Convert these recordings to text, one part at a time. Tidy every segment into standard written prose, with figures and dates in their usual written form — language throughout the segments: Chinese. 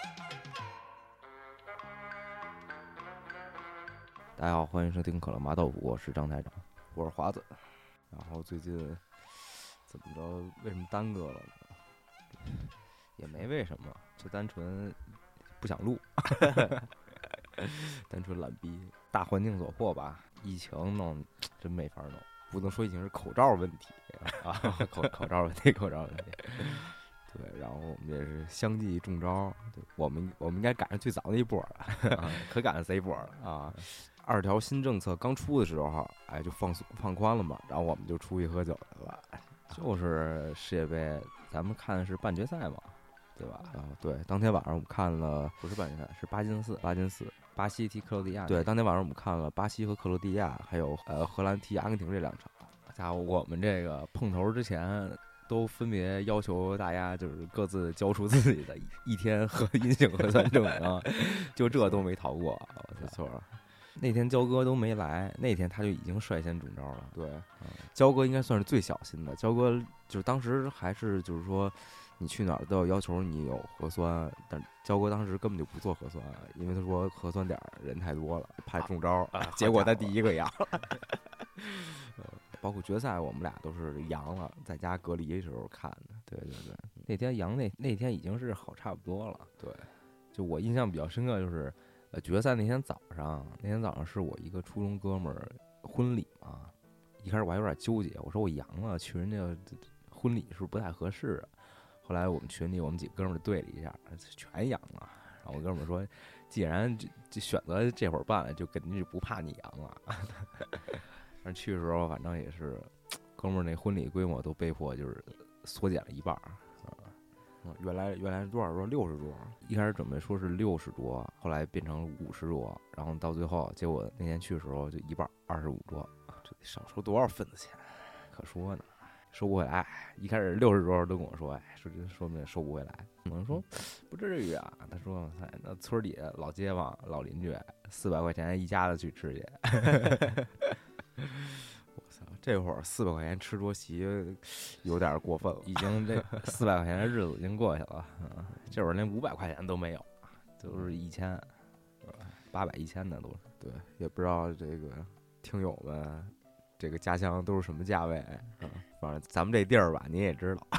大家好，欢迎收听可乐麻豆腐，我是张台长，我是华子。然后最近怎么着？为什么耽搁了呢？也没为什么，就单纯不想录，单纯懒逼。大环境所迫吧，疫情弄真没法弄，不能说已经是口罩问题啊，口罩问题。对，然后我们也是相继中招，对我们应该赶上最早那一波了，可赶上这一波了啊！2条新政策刚出的时候，哎，就放宽了嘛，然后我们就出去喝酒去了。就是世界杯，咱们看的是半决赛嘛，对吧？对，当天晚上我们看了，不是半决赛，是8进4，巴西踢克罗地亚。对，当天晚上我们看了巴西和克罗地亚，还有荷兰踢阿根廷这2场。家伙，我们这个碰头之前都分别要求大家就是各自交出自己的1天阴性核酸证明，就这都没逃过。没错。那天焦哥都没来，那天他就已经率先中招了。对，焦哥应该算是最小心的。焦哥就是当时还是就是说，你去哪儿都要求你有核酸，但焦哥当时根本就不做核酸，因为他说核酸点人太多了，怕中招。结果他第一个阳。包括决赛，我们俩都是阳了，在家隔离的时候看的。对，那天阳那天已经是好差不多了。对，就我印象比较深刻就是。决赛那天早上是我一个初中哥们儿婚礼嘛，一开始我还有点纠结，我说我阳了，去人家婚礼是不是不太合适啊？后来我们群里我们几个哥们儿对了一下，全阳了。然后我哥们儿说，既然就选择这会儿办了，就肯定是不怕你阳了。但是去的时候反正也是，哥们儿那婚礼规模都被迫就是缩减了一半。原来多少桌？60桌。一开始准备说是60桌，后来变成50桌，然后到最后，结果那天去的时候就一半，25桌，这得少收多少份子钱？可说呢，收不回来。一开始60桌都跟我说，说明收不回来。可能说不至于啊，他说，那村里老街坊、老邻居，400块钱一家子去吃去。这会儿400块钱吃桌席有点过分了，已经这400块钱的日子已经过去了。这会儿连500块钱都没有，都是1000、800、1000的都是。对，也不知道这个听友们这个家乡都是什么价位。反正咱们这地儿吧，你也知道。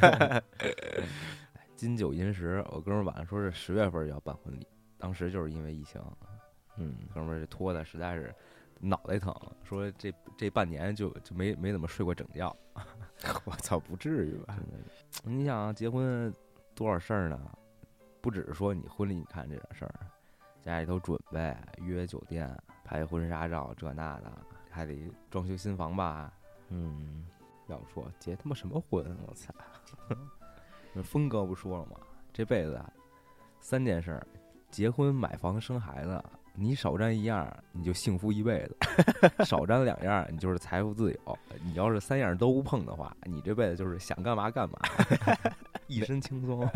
金九银十，我哥们儿晚上说是10月份就要办婚礼，当时就是因为疫情，哥们儿这拖的实在是。脑袋疼，说这半年就没怎么睡过整觉。我操，不至于吧？你想结婚多少事儿呢？不只是说你婚礼你看这点事儿，家里头准备约酒店、拍婚纱照，这那的，还得装修新房吧？要不说结他妈什么婚？我操！峰哥不说了吗？这辈子3件事：结婚、买房、生孩子。你少沾1样，你就幸福一辈子；少沾2样，你就是财富自由。你要是3样都不碰的话，你这辈子就是想干嘛干嘛，一身轻松。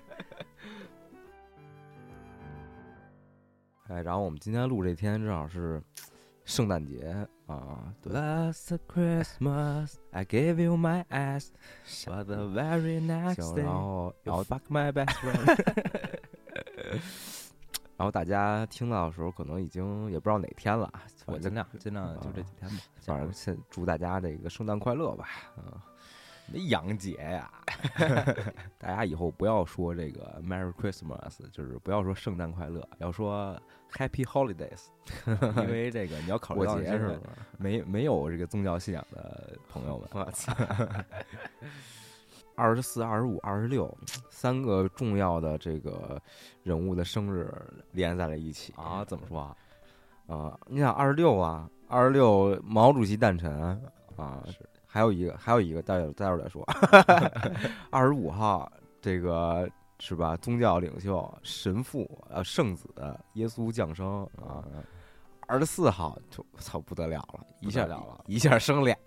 然后我们今天录这天正好是圣诞节啊。Last Christmas I gave you my ass, but the very next day, 然后 fuck my best friend。然后大家听到的时候，可能已经也不知道哪天了。我尽量就这几天吧。反正先祝大家这个圣诞快乐吧。没洋节呀。大家以后不要说这个 Merry Christmas， 就是不要说圣诞快乐，要说 Happy Holidays。因为这个你要考虑到是吧？没有这个宗教信仰的朋友们。我操。24、25、26 3个重要的这个人物的生日连在了一起啊！怎么说啊？你想26毛主席诞辰啊，还有一个，待会儿再说。25号这个是吧？宗教领袖、神父、圣子耶稣降生啊。24号就操不得了了，一下生俩。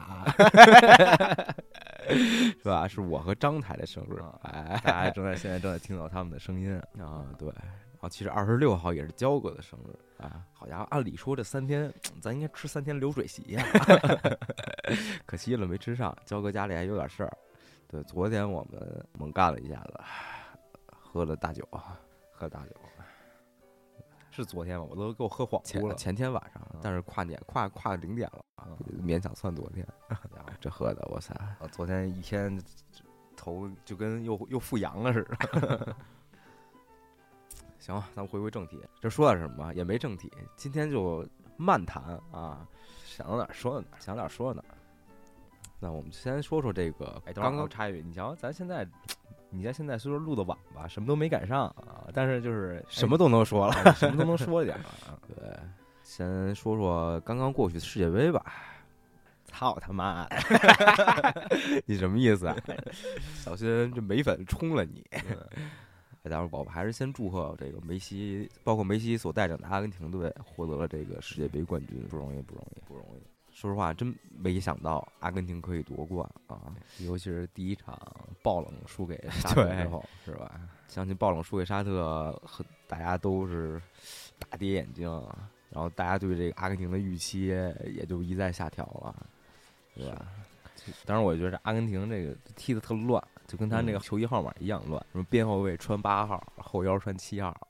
是吧？是我和张台的生日，大家现在正在听到他们的声音啊。对，然后其实26号也是焦哥的生日啊。好家伙，按理说这3天咱应该吃3天流水席呀，可惜了没吃上。焦哥家里还有点事儿。对，昨天我们干了一下子，喝了大酒， 喝大酒，是昨天吗？我都给我喝恍惚了。前天晚上，但是跨0点了啊，勉强算昨天。然后这喝的，哇塞！昨天一天头就跟又复阳了似的。行，咱们回归正题。这说点什么也没正题，今天就漫谈啊，想到哪儿说到哪儿，想哪儿说到哪儿。那我们先说说这个，刚刚插一句，你瞧，你现在虽说录的晚吧，什么都没赶上啊，但是就是什么都能说了，什么都能说一点啊。对，先说说刚刚过去的世界杯吧。操他妈的！你什么意思啊？小心这美粉冲了你！待会儿我还是先祝贺这个梅西，包括梅西所带领的阿根廷队获得了这个世界杯冠军，不容易。说实话，真没想到阿根廷可以夺冠啊！尤其是第一场爆冷输给沙特之后，是吧？相信爆冷输给沙特，大家都是大跌眼镜，然后大家对这个阿根廷的预期也就一再下调了，对吧？当然，我觉得阿根廷这个踢得特乱，就跟他那个球衣号码一样乱，什么边后卫穿8号，后腰穿7号，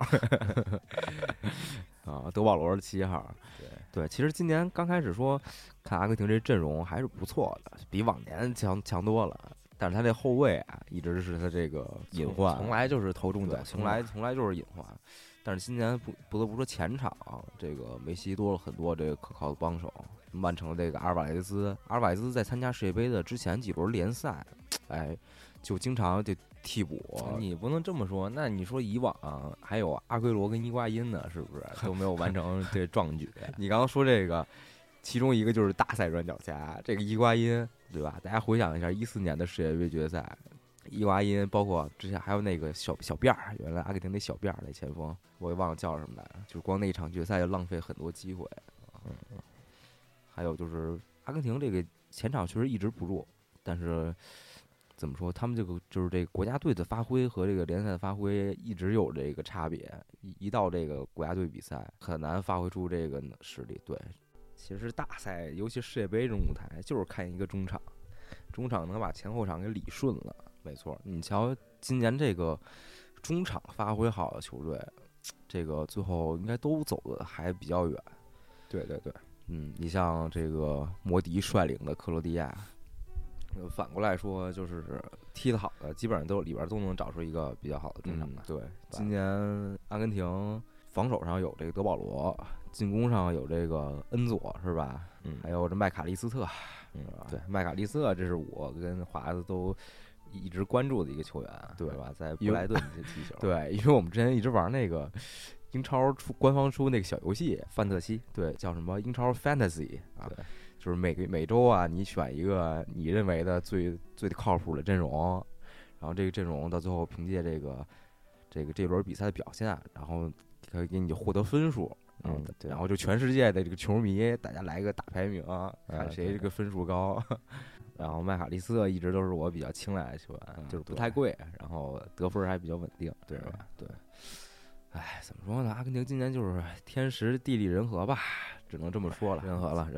啊，德保罗是7号。对，其实今年刚开始说看阿根廷这阵容还是不错的，比往年强多了。但是他这后卫啊，一直是他这个隐患，从来就是头重脚轻，从来就是隐患。但是今年不得不说前场这个梅西多了很多这个可靠的帮手，曼城这个阿尔瓦雷兹在参加世界杯的之前几轮联赛，哎，就经常就替补。你不能这么说，那你说以往还有阿圭罗跟伊瓜因呢，是不是都没有完成这壮举？你刚刚说这个，其中一个就是大赛转角侠，这个伊瓜因，对吧？大家回想一下14年的世界杯决赛，伊瓜因，包括之前还有那个小辫儿，原来阿根廷那小辫儿那前锋，我也忘了叫什么来着，就是光那一场决赛就浪费很多机会。还有就是阿根廷这个前场确实一直不弱，但是怎么说，他们这个就是这个国家队的发挥和这个联赛的发挥一直有这个差别，一到这个国家队比赛很难发挥出这个实力。对，其实大赛尤其世界杯这种舞台就是看一个中场能把前后场给理顺了。没错，你瞧今年这个中场发挥好的球队，这个最后应该都走的还比较远。对，你像这个莫迪率领的克罗地亚，反过来说就是踢得好的，基本上里边都能找出一个比较好的中场的。对，今年阿根廷防守上有这个德保罗，进攻上有这个恩佐，是吧？还有这麦卡利斯特，对，麦卡利斯特这是我跟华子都一直关注的一个球员，对吧？在布莱顿踢球，对，因为我们之前一直玩那个英超官方出那个小游戏范特西，对，叫什么英超 Fantasy 啊，就是每周啊，你选一个你认为的最靠谱的阵容，然后这个阵容到最后凭借这轮比赛的表现，然后可以给你获得分数。对，然后就全世界的这个球迷，大家来个大排名，看谁这个分数高。然后麦卡利斯特一直都是我比较青睐的球员，就是不太贵，然后得分还比较稳定，对吧？对。哎，怎么说呢？阿根廷今年就是天时地利人和吧，只能这么说了。人和了。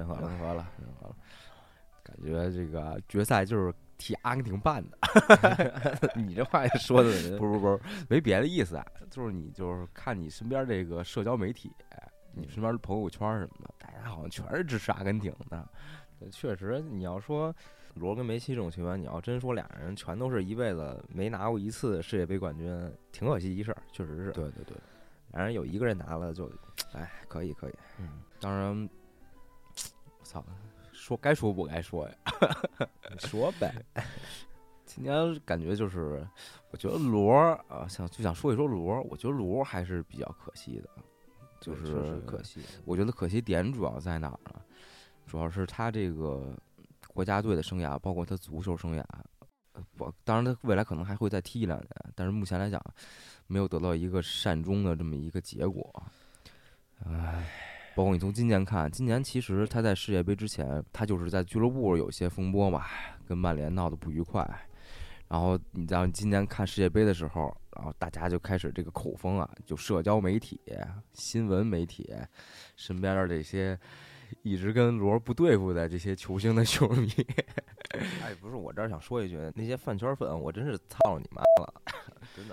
感觉这个决赛就是替阿根廷办的。你这话说的不是，没别的意思啊，就是你就是看你身边这个社交媒体，你身边的朋友圈什么的，大家好像全是支持阿根廷的。确实，你要说罗跟梅西这种球员，你要真说俩人全都是一辈子没拿过一次世界杯冠军，挺可惜一事儿，确实是。对，俩人有一个人拿了就，哎，可以。当然，操，说该说不该说呀，你说呗。今年感觉就是，我觉得罗啊，想说一说罗，我觉得罗还是比较可惜的，就是可惜。我觉得可惜点主要在哪儿呢？主要是他这个国家队的生涯，包括他足球生涯，当然他未来可能还会再踢2年，但是目前来讲，没有得到一个善终的这么一个结果。唉，包括你从今年看，今年其实他在世界杯之前，他就是在俱乐部有些风波嘛，跟曼联闹得不愉快。然后你知道今年看世界杯的时候，然后大家就开始这个口风啊，就社交媒体、新闻媒体身边的这些一直跟罗不对付的这些球星的球迷。哎，不是，我这儿想说一句，那些饭圈粉，我真是操你妈了，真的。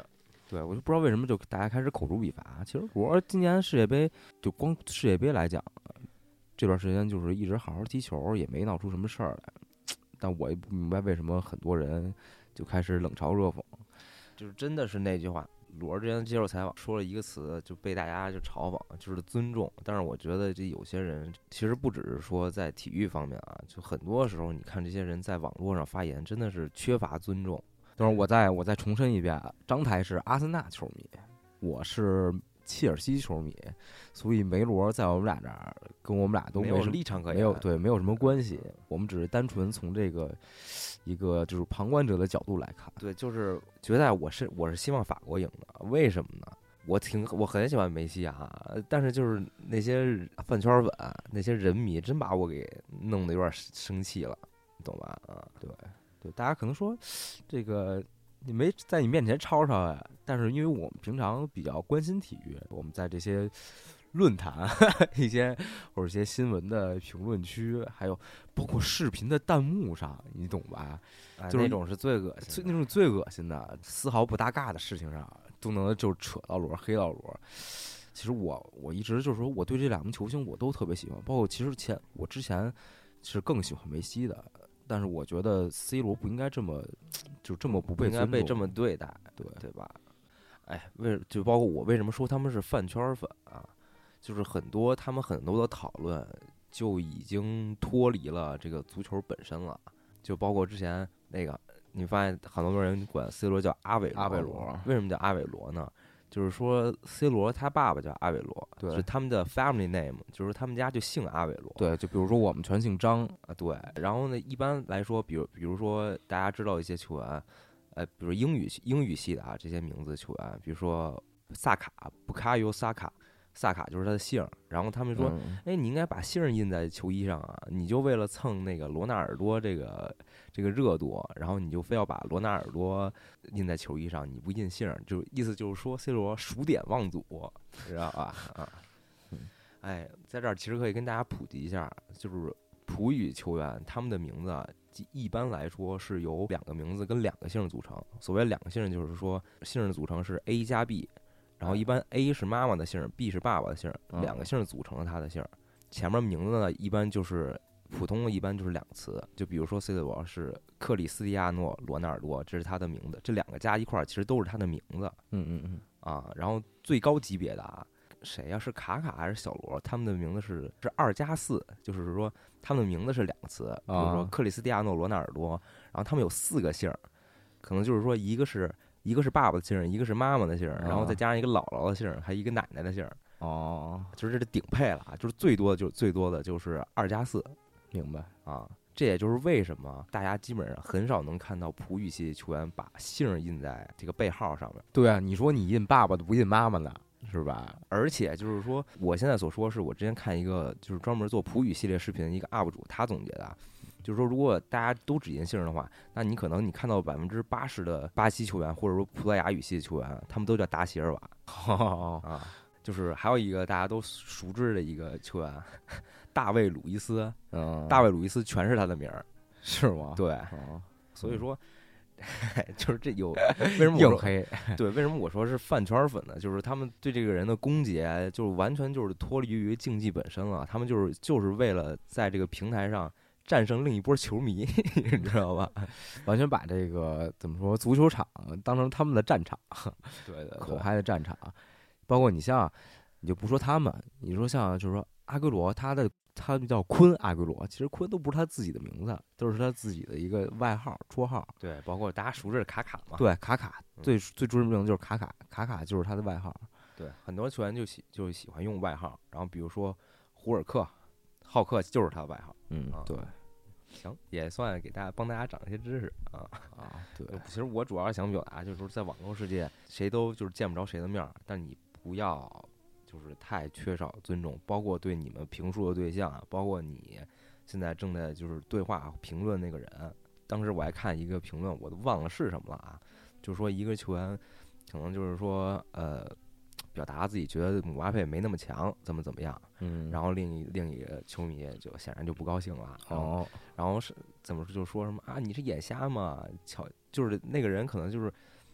对，我就不知道为什么就大家开始口诛笔伐。其实罗今年世界杯就光世界杯来讲，这段时间就是一直好好踢球，也没闹出什么事儿来。但我也不明白为什么很多人就开始冷嘲热讽，就是真的是那句话，罗之前接受采访说了一个词，就被大家就嘲讽，就是尊重。但是我觉得这有些人其实不只是说在体育方面啊，就很多时候你看这些人在网络上发言，真的是缺乏尊重。等会儿我再重申一遍啊，张台是阿森纳球迷，我是切尔西球迷，所以梅罗在我们俩这儿跟我们俩都没有立场可言， 没有什么关系，我们只是单纯从这个一个就是旁观者的角度来看。 对，就是觉得我是希望法国赢的，为什么呢？我很喜欢梅西啊，但是就是那些饭圈粉、那些人迷，真把我给弄得有点生气了，你懂吧？啊， 对，大家可能说这个你没在你面前吵吵呀，但是因为我们平常比较关心体育，我们在这些论坛一些或者一些新闻的评论区，还有包括视频的弹幕上，你懂吧？就是那种是最恶心的， 那种最恶心的，丝毫不搭嘎的事情上都能就扯到罗，黑到罗。其实我一直就是说，我对这两名球星我都特别喜欢，包括其实我之前是更喜欢梅西的。但是我觉得 C 罗不应该这么不被尊重， 应该被这么对待，对吧？哎，就包括我为什么说他们是饭圈粉啊？就是他们很多的讨论就已经脱离了这个足球本身了，就包括之前那个，你发现很多人管 C 罗叫阿韦罗，为什么叫阿韦罗呢？就是说 C 罗他爸爸叫阿韦罗， 对， 是他们的 family name， 就是他们家就姓阿韦罗。 对，就比如说我们全姓张啊，对。然后呢，一般来说，比如说大家知道一些球员，比如英语系的啊这些名字球员，比如说萨卡，布卡尤萨卡。萨卡就是他的姓，然后他们说，哎，你应该把姓印在球衣上啊！你就为了蹭那个罗纳尔多这个热度，然后你就非要把罗纳尔多印在球衣上，你不印姓，就意思就是说 C 罗数典忘祖，知道吧？啊，哎，在这儿其实可以跟大家普及一下，就是葡语球员他们的名字一般来说是由2个名字跟2个姓组成。所谓2个姓，就是说姓的组成是 A 加 B。然后一般 A 是妈妈的姓 ，B 是爸爸的姓，2个姓组成了他的姓。前面名字呢，一般就是普通的，一般就是2个词。就比如说 C 罗是克里斯蒂亚诺·罗纳尔多，这是他的名字。这2个加一块儿其实都是他的名字。啊，然后最高级别的啊，谁呀？是卡卡还是小罗？他们的名字是2+4，就是说他们的名字是2个词。比如说克里斯蒂亚诺·罗纳尔多，然后他们有4个姓，可能就是说一个是爸爸的姓，一个是妈妈的姓，然后再加上一个姥姥的姓，还一个奶奶的姓。就是这顶配了，就是最多的就是2+4， 明白啊？这也就是为什么大家基本上很少能看到葡语系球员把姓印在这个背号上面。 对啊，你说你印爸爸的不印妈妈的，是吧？ 而且就是说，我现在所说是我之前看一个就是专门做葡语系列视频的一个 UP 主他总结的。就是说，如果大家都只印姓的话，那你可能你看到80%的巴西球员，或者说葡萄牙语系的球员，他们都叫达席尔瓦。啊，就是还有一个大家都熟知的一个球员，大卫·鲁伊斯。大卫·鲁伊斯全是他的名儿， 是吗？ 对。所以说，就是这有为什么硬黑？ 对，为什么我说是饭圈粉呢？就是他们对这个人的攻讦，就是完全就是脱离于竞技本身了。他们就是为了在这个平台上战胜另一波球迷，你知道吧？ 完全把这个怎么说足球场当成他们的战场， 对， 口嗨的战场。包括你像，你就不说他们，你说像就是说阿圭罗，他叫昆阿圭罗，其实昆都不是他自己的名字，都是他自己的一个外号、绰号。 对，包括大家熟知的卡卡嘛。 对，卡卡最著名的就是卡卡，卡卡就是他的外号。 对，很多球员就喜欢用外号，然后比如说胡尔克、浩克就是他的外号。 对。 行，也算帮大家长一些知识啊。 对， 其实我主要是想表达，就是说在网络世界，谁都就是见不着谁的面儿，但你不要就是太缺少尊重，包括对你们评述的对象啊，包括你现在正在就是对话评论那个人。当时我还看一个评论，我都忘了是什么了啊，就是说一个球员可能就是说表达自己觉得姆巴佩没那么强，怎么样，然后另一个球迷就显然就不高兴了。然后是怎么就说什么啊？你是眼瞎吗？就是那个人可能就是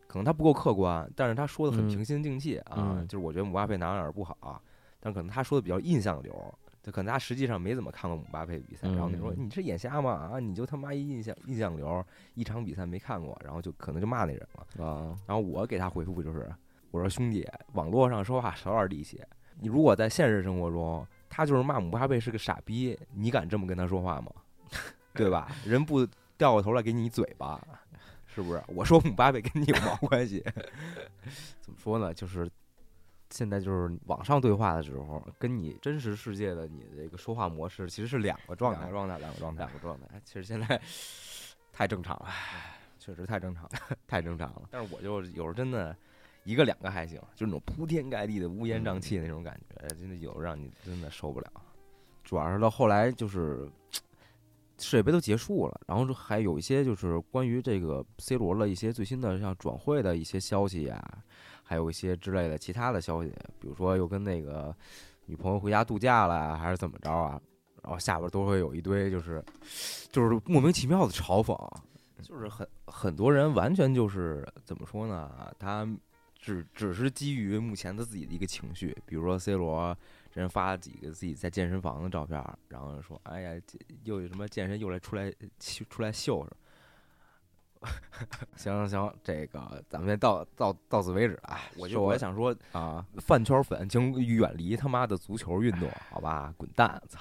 可能他不够客观，但是他说的很平心静气就是我觉得姆巴佩哪儿不好，但可能他说的比较印象流，就可能他实际上没怎么看过姆巴佩比赛，然后你说你是眼瞎吗？你就他妈印象流，一场比赛没看过，然后就可能就骂那人了然后我给他回复就是，我说兄弟，网络上说话少点力气，你如果在现实生活中，他就是骂姆巴佩是个傻逼，你敢这么跟他说话吗？对吧？人不掉过头来给你一嘴巴，是不是？我说姆巴佩跟你有毛关系？ 怎么说呢？就是现在就是网上对话的时候，跟你真实世界的你的这个说话模式其实是两个状态。其实现在太正常了，确实太正常了。但是我就有时候真的一个两个还行，就是那种铺天盖地的乌烟瘴气那种感觉，真的有让你真的受不了。主要是到后来就是世界杯都结束了，然后还有一些就是关于这个 C 罗的一些最新的像转会的一些消息呀，还有一些之类的其他的消息，比如说又跟那个女朋友回家度假了，还是怎么着啊？然后下边都会有一堆就是莫名其妙的嘲讽，就是很多人完全就是怎么说呢？他只是基于目前的自己的一个情绪，比如说 C 罗。人发几个自己在健身房的照片，然后说：“哎呀，又有什么健身又出来秀。”行，这个咱们到此为止啊！我也想说啊，饭圈粉请远离他妈的足球运动，好吧？滚蛋！操！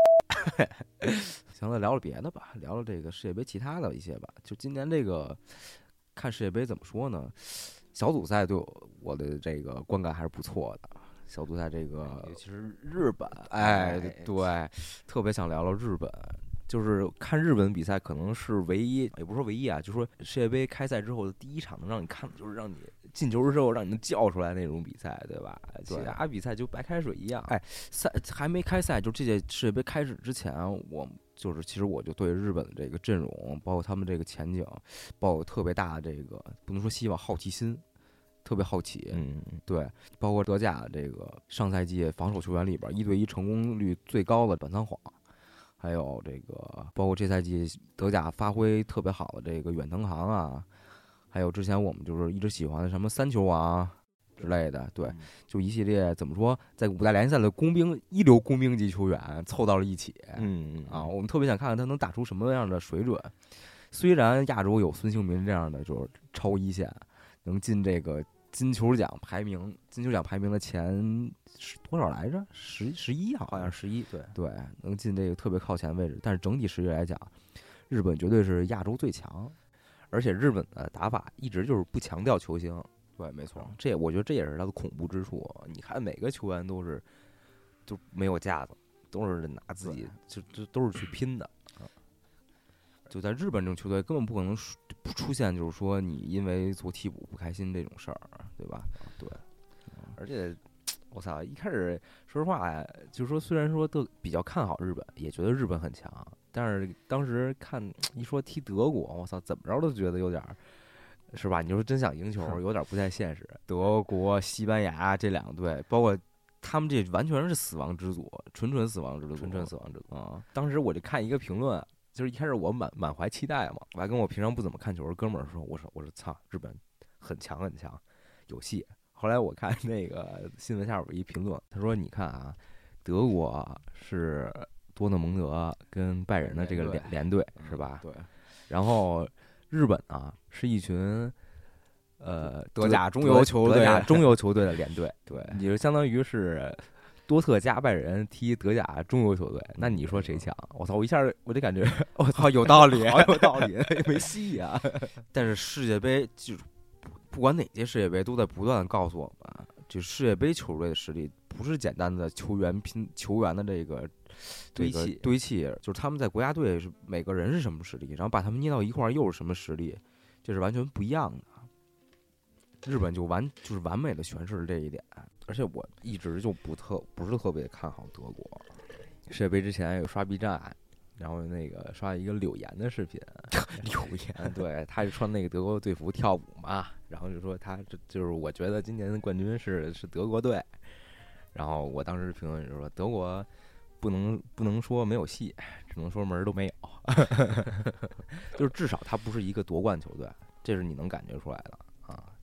行了，聊聊别的吧，聊聊这个世界杯其他的一些吧。就今年这个看世界杯怎么说呢？小组赛对我的这个观感还是不错的。小组赛这个， 尤其是日本， 对，特别想聊聊日本。就是看日本比赛，可能是唯一，也不是说唯一啊，就说世界杯开赛之后的第一场能让你看的，就是让你进球之后让你能叫出来那种比赛，对吧？其他比赛就白开水一样。赛还没开赛，就这届世界杯开始之前，其实我就对日本的这个阵容，包括他们这个前景，抱有特别大的这个不能说希望，好奇心。特别好奇，对，包括德甲这个上赛季防守球员里边1对1成功率最高的板仓晃，还有这个包括这赛季德甲发挥特别好的这个远藤航啊，还有之前我们就是一直喜欢的什么3球王之类的，对，就一系列怎么说，在5大联赛的一流工兵级球员凑到了一起，我们特别想看看他能打出什么样的水准。虽然亚洲有孙兴民这样的就是超一线，能进这个。金球奖排名的前多少来着？11好像11，对，能进这个特别靠前位置。但是整体实力来讲，日本绝对是亚洲最强，而且日本的打法一直就是不强调球星。对，没错，我觉得这也是他的恐怖之处。你看每个球员都没有架子，都是拿自己就都是去拼的。就在日本这种球队，根本不可能出现，就是说你因为做替补不开心这种事儿，对吧？对，而且我操，一开始说实话呀，就是说虽然说都比较看好日本，也觉得日本很强，但是当时看一说踢德国，我操，怎么着都觉得有点，是吧？你说真想赢球，有点不太现实。德国、西班牙这两个队，包括他们这完全是死亡之组，纯死亡之组啊！当时我就看一个评论。就是一开始我满怀期待嘛，我还跟我平常不怎么看球的哥们儿说，我说操，日本很强，有戏。后来我看那个新闻下边一评论，他说你看啊，德国是多特蒙德跟拜仁的这个联队是吧？对。然后日本啊是一群德甲中游球队的联队，对，你就相当于是。多特加拜仁踢德甲中游球队，那你说谁强？我操！我一下我就感觉，我操，有道理，好有道理，没戏啊！但是世界杯就是不管哪届世界杯，都在不断的告诉我们，就世界杯球队的实力不是简单的球员的这个堆砌，就是他们在国家队是每个人是什么实力，然后把他们捏到一块儿又是什么实力，这是完全不一样的。日本就是完美的诠释了这一点，而且我一直就不是特别看好德国。世界杯之前有刷 B 站，然后那个刷一个柳岩的视频，柳岩对，他就穿那个德国队服跳舞嘛，然后就说他就是我觉得今年的冠军是德国队，然后我当时评论就说德国不能说没有戏，只能说门都没有，就是至少他不是一个夺冠球队，这是你能感觉出来的啊。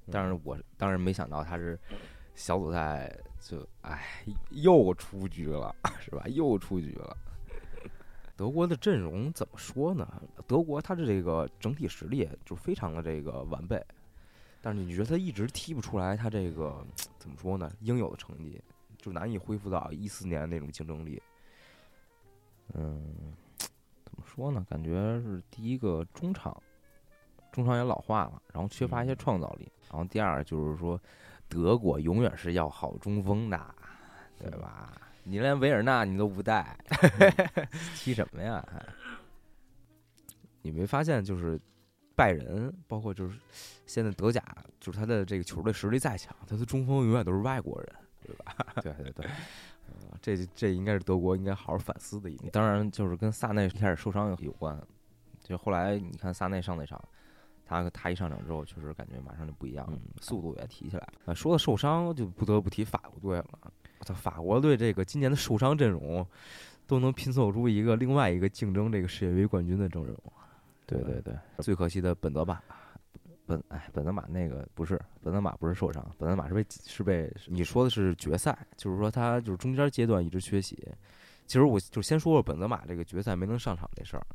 但是我当然没想到他是小组赛就又出局了，是吧？又出局了。德国的阵容怎么说呢？德国他的这个整体实力就非常的这个完备，但是你觉得他一直踢不出来他这个怎么说呢？应有的成绩，就难以恢复到14年那种竞争力。怎么说呢？感觉是第一个中场也老化了，然后缺乏一些创造力。然后第二就是说，德国永远是要好中锋的，对吧？你连维尔纳你都不带，踢什么呀？你没发现就是拜仁，包括就是现在德甲，就是他的这个球队实力再强，他的中锋永远都是外国人，对吧？对，这应该是德国应该好好反思的一点。当然，就是跟萨内一开始受伤有关，就后来你看萨内上那场。他一上场之后，确实感觉马上就不一样了，速度也提起来了。说到受伤，就不得不提法国队了。法国队这个今年的受伤阵容，都能拼凑出另外一个竞争这个世界杯冠军的阵容。对，最可惜的本泽马，本泽马那个不是本泽马不是受伤，本泽马是被你说的是决赛，就是说他就是中间阶段一直缺席。其实我就先说说本泽马这个决赛没能上场这事儿。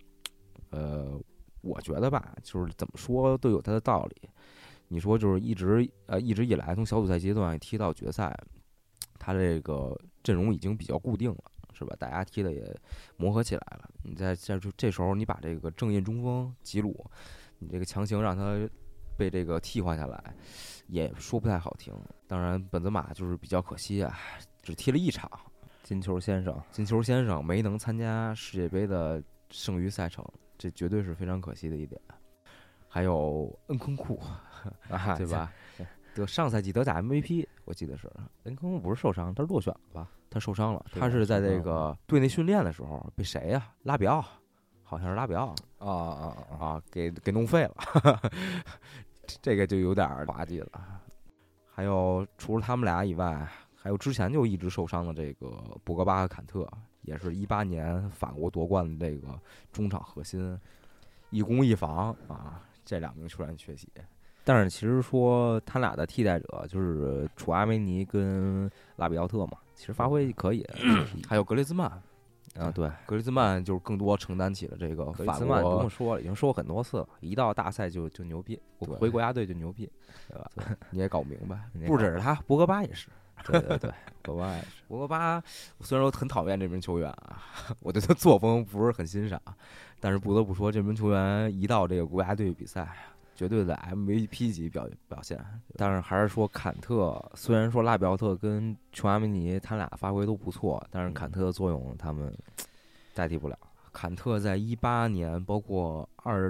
我觉得吧，就是怎么说都有他的道理。你说就是一直以来从小组赛阶段踢到决赛，他这个阵容已经比较固定了，是吧？大家踢的也磨合起来了。你在这时候，你把这个正印中锋吉鲁，你这个强行让他被这个替换下来，也说不太好听。当然，本泽马就是比较可惜啊，只踢了一场。金球先生没能参加世界杯的剩余赛程。这绝对是非常可惜的一点。还有恩昆库，对吧？上赛季德甲 MVP， 我记得是恩昆库不是受伤，他是落选了吧？他受伤了，他是在这个队内训练的时候被谁呀？拉比奥，好像是拉比奥给弄废了，这个就有点滑稽了。还有除了他们俩以外，还有之前就一直受伤的这个博格巴和坎特。也是18年法国夺冠的这个中场核心，一攻一防啊，这2名球员缺席。但是其实说他俩的替代者就是楚阿梅尼跟拉比奥特嘛，其实发挥可以。还有格雷兹曼啊，对，格雷兹曼就是更多承担起了这个法国。格雷兹曼不用说了，已经说过很多次了，一到大赛就牛逼，回国家队就牛逼，对吧？你也搞明白，不只是他，博格巴也是。对，博格巴虽然说很讨厌这名球员啊，我对他作风不是很欣赏，但是不得不说，这名球员一到这个国家队比赛，绝对的 MVP 级表现。但是还是说坎特，虽然说拉比奥特跟琼阿梅尼他俩发挥都不错，但是坎特的作用他们代替不了。坎特在18年，包括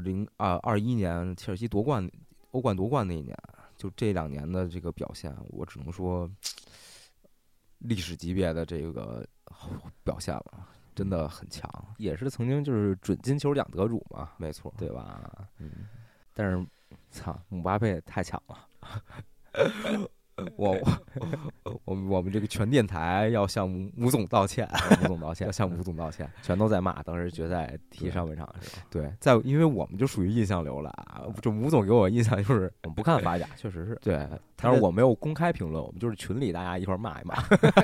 21年切尔西欧冠夺冠那一年，就这2年的这个表现，我只能说。历史级别的这个表现了，真的很强，也是曾经就是准金球奖得主嘛，没错，对吧？但是，姆巴佩太强了，我们这个全电台要向姆总道歉，要向姆总道歉，全都在骂当时决赛踢上半场是吧？对，因为我们就属于印象流了啊，就姆总给我印象就是我们不看法甲，确实是对，但是我没有公开评论，我们就是群里大家一块骂一骂。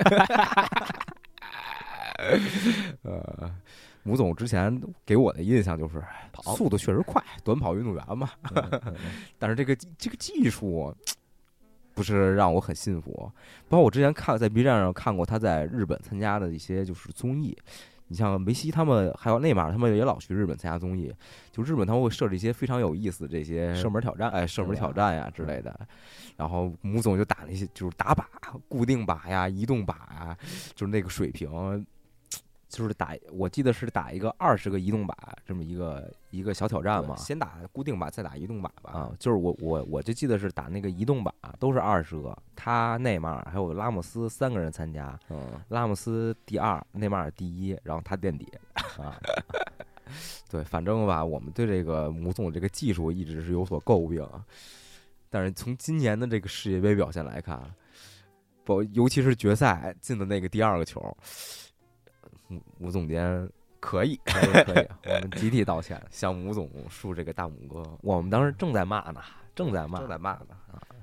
姆总之前给我的印象就是速度确实快，短跑运动员嘛，但是这个技术。不是让我很信服，包括我之前在 B 站上看过他在日本参加的一些就是综艺，你像梅西他们还有内马尔他们也老去日本参加综艺，就日本他们会设置一些非常有意思的这些射门挑战呀之类的，然后姆总就打那些就是打靶、固定靶呀、移动靶呀，就是那个水平。就是我记得是打一个20个移动靶这么一个小挑战嘛，先打固定靶，再打移动靶吧。啊，就是我就记得是打那个移动靶都是20个，他内马尔还有拉莫斯3个人参加，拉莫斯第2，内马尔第1，然后他垫底啊。对，反正吧，我们对这个姆总这个技术一直是有所诟病，但是从今年的这个世界杯表现来看，尤其是决赛进的那个第2个球。姆总监可以，我们集体道歉，向姆总竖这个大拇哥。我们当时正在骂呢啊。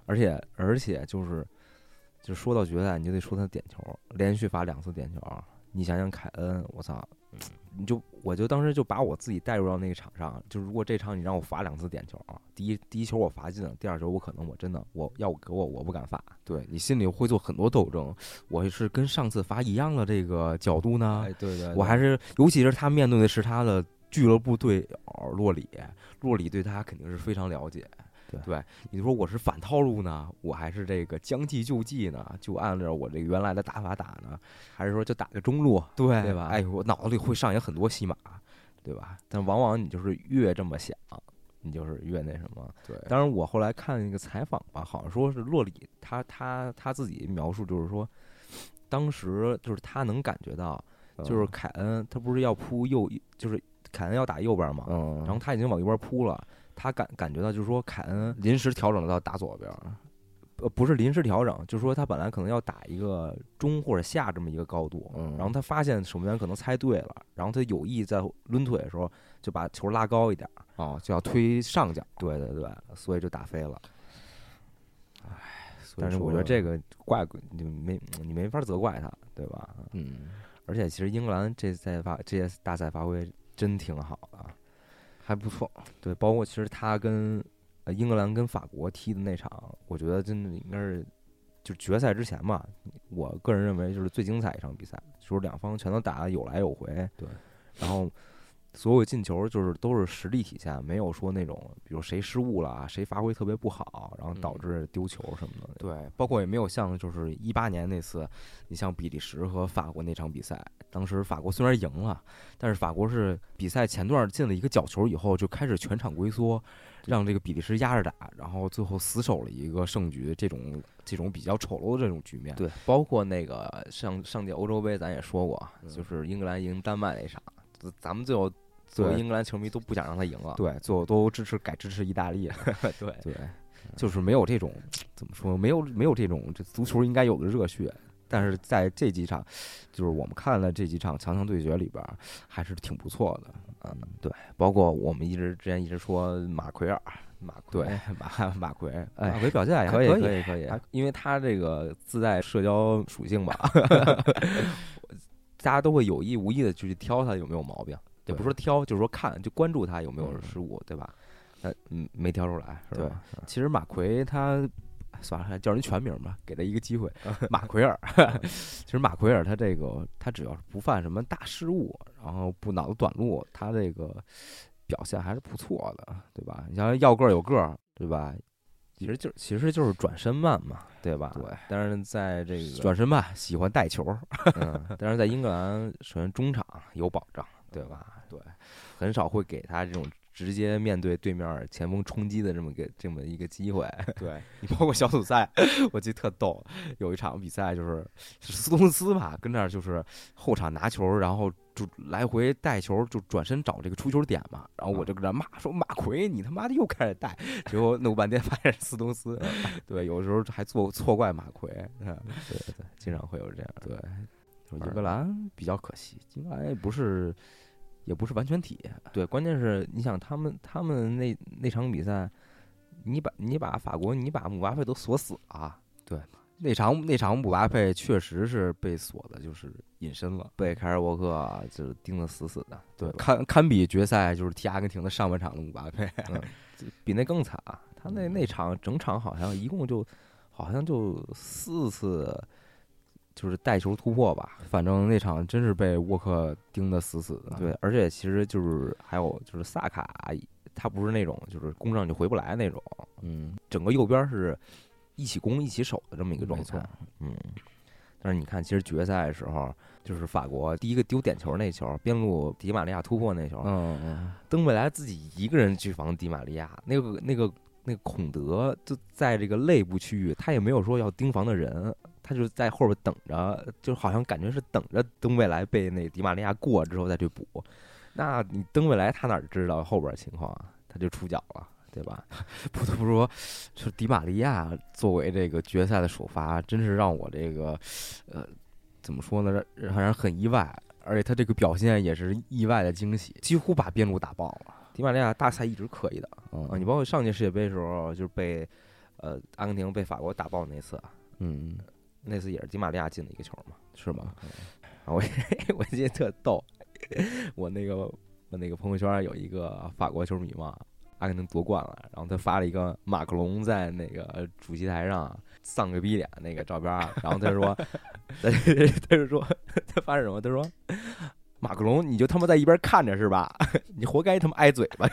而且就说到决赛，你就得说他点球，连续罚2次点球。你想想凯恩，我操！我就当时就把我自己带入到那个场上，就如果这场你让我罚2次点球啊，第一球我罚进了，第2球我可能我真的我不敢罚。对你心里会做很多斗争，我是跟上次罚一样的这个角度呢？ 对， 我还是尤其是他面对的是他的俱乐部队友洛里对他肯定是非常了解。对，你说我是反套路呢，我还是这个将计就计呢？就按照我这个原来的打法打呢，还是说就打个中路？对吧？哎，我脑子里会上演很多戏码，对吧？但往往你就是越这么想，你就是越那什么。 对， 当然我后来看一个采访吧，好像说是洛里他自己描述，就是说当时就是他能感觉到，就是凯恩他不是要扑右，就是凯恩要打右边嘛，然后他已经往右边扑了。他感觉到就是说凯恩临时调整到打左边， 不是临时调整，就是说他本来可能要打一个中或者下这么一个高度，然后他发现守门员可能猜对了，然后他有意在抡腿的时候就把球拉高一点， 就要推上角， 对，所以就打飞了。唉， 但是我觉得这个你没法责怪他，对吧？而且其实英格兰这些大赛发挥真挺好的。 还不错， 对，包括其实他跟英格兰跟法国踢的那场，我觉得真的应该是就决赛之前吧，我个人认为就是最精彩一场比赛，就是两方全都打得有来有回， 对， 然后所有进球就是都是实力体现，没有说那种比如谁失误了，谁发挥特别不好，然后导致丢球什么的。 对，包括也没有像就是18年那次，你像比利时和法国那场比赛，当时法国虽然赢了，但是法国是比赛前段进了一个角球以后就开始全场龟缩，让这个比利时压着打，然后最后死守了一个胜局，这种比较丑陋的这种局面。 对，包括那个上届欧洲杯咱也说过，就是英格兰赢丹麦那场，咱们最后作为英格兰球迷都不想让他赢了， 对，最后都改支持意大利了。 对， 就是没有这种怎么说，没有这种这足球应该有的热血。但是在这几场，就是我们看了这几场强强对决里边，还是挺不错的。 对，包括我们之前一直说马奎尔， 对马奎， 马奎表现也可以，因为他这个自带社交属性吧，大家都会有意无意的去挑他有没有毛病，也不是说挑，就是说看就关注他有没有失误，对吧？没挑出来，是吧？ 其实马奎他。算了，叫人全名吧，给他一个机会。马奎尔，其实马奎尔他只要是不犯什么大失误，然后不脑子短路，他这个表现还是不错的，对吧？你像要个有个，对吧？ 其实就是转身慢嘛，对吧？ 对。 但是在这个转身慢，喜欢带球。 但是在英格兰，首先中场有保障，对吧？ 对， 很少会给他这种。直接面对对面前锋冲击的这么一个机会， 对你包括小组赛，我记得特逗，有一场比赛就是斯通斯吧，跟那儿就是后场拿球，然后就来回带球，就转身找这个出球点嘛，然后我就跟那骂说马奎，你他妈的又开始带，结果弄半天发现是斯通斯，对，有时候还错怪马奎，对， 经常会有这样， 对，英格兰比较可惜，英格兰也不是完全体， 对，关键是你想他们那场比赛，你把法国你把姆巴佩都锁死了， 对，那场姆巴佩确实是被锁的，就是隐身了， 被凯尔沃克就盯得死死的， 对，堪比决赛就是踢阿根廷的上半场的姆巴佩， 比那更惨，他那场整场好像一共就4次。就是带球突破吧， 反正那场真是被沃克盯得死死的。 对，而且其实就是还有就是萨卡，他不是那种就是攻上就回不来那种，整个右边是一起攻一起守的这么一个状态，但是你看，其实决赛的时候，就是法国第一个丢点球那球，边路迪马利亚突破那球，登贝莱自己一个人去防迪马利亚，那个孔德就在这个肋部区域，他也没有说要盯防的人。他就在后边等着，就好像感觉是等着登贝莱被那迪马利亚过之后再去补。那你登贝莱他哪知道后边情况啊？他就出脚了，对吧？ 不得不说，就迪马利亚作为这个决赛的首发，真是让我这个怎么说呢？让人很意外，而且他这个表现也是意外的惊喜，几乎把边路打爆了。 迪马利亚大赛一直可以的，你包括上届世界杯的时候就是被阿根廷被法国打爆那次啊，那次也是迪玛利亚进的一个球嘛， 是吗？ 我记得特逗，我那个朋友圈有一个法国球迷嘛，阿根廷夺冠了，然后他发了一个马克龙在那个主席台上丧个逼脸那个照片，然后他说，他就说他发什么？他说马克龙你就他妈在一边看着是吧？你活该他妈挨嘴巴！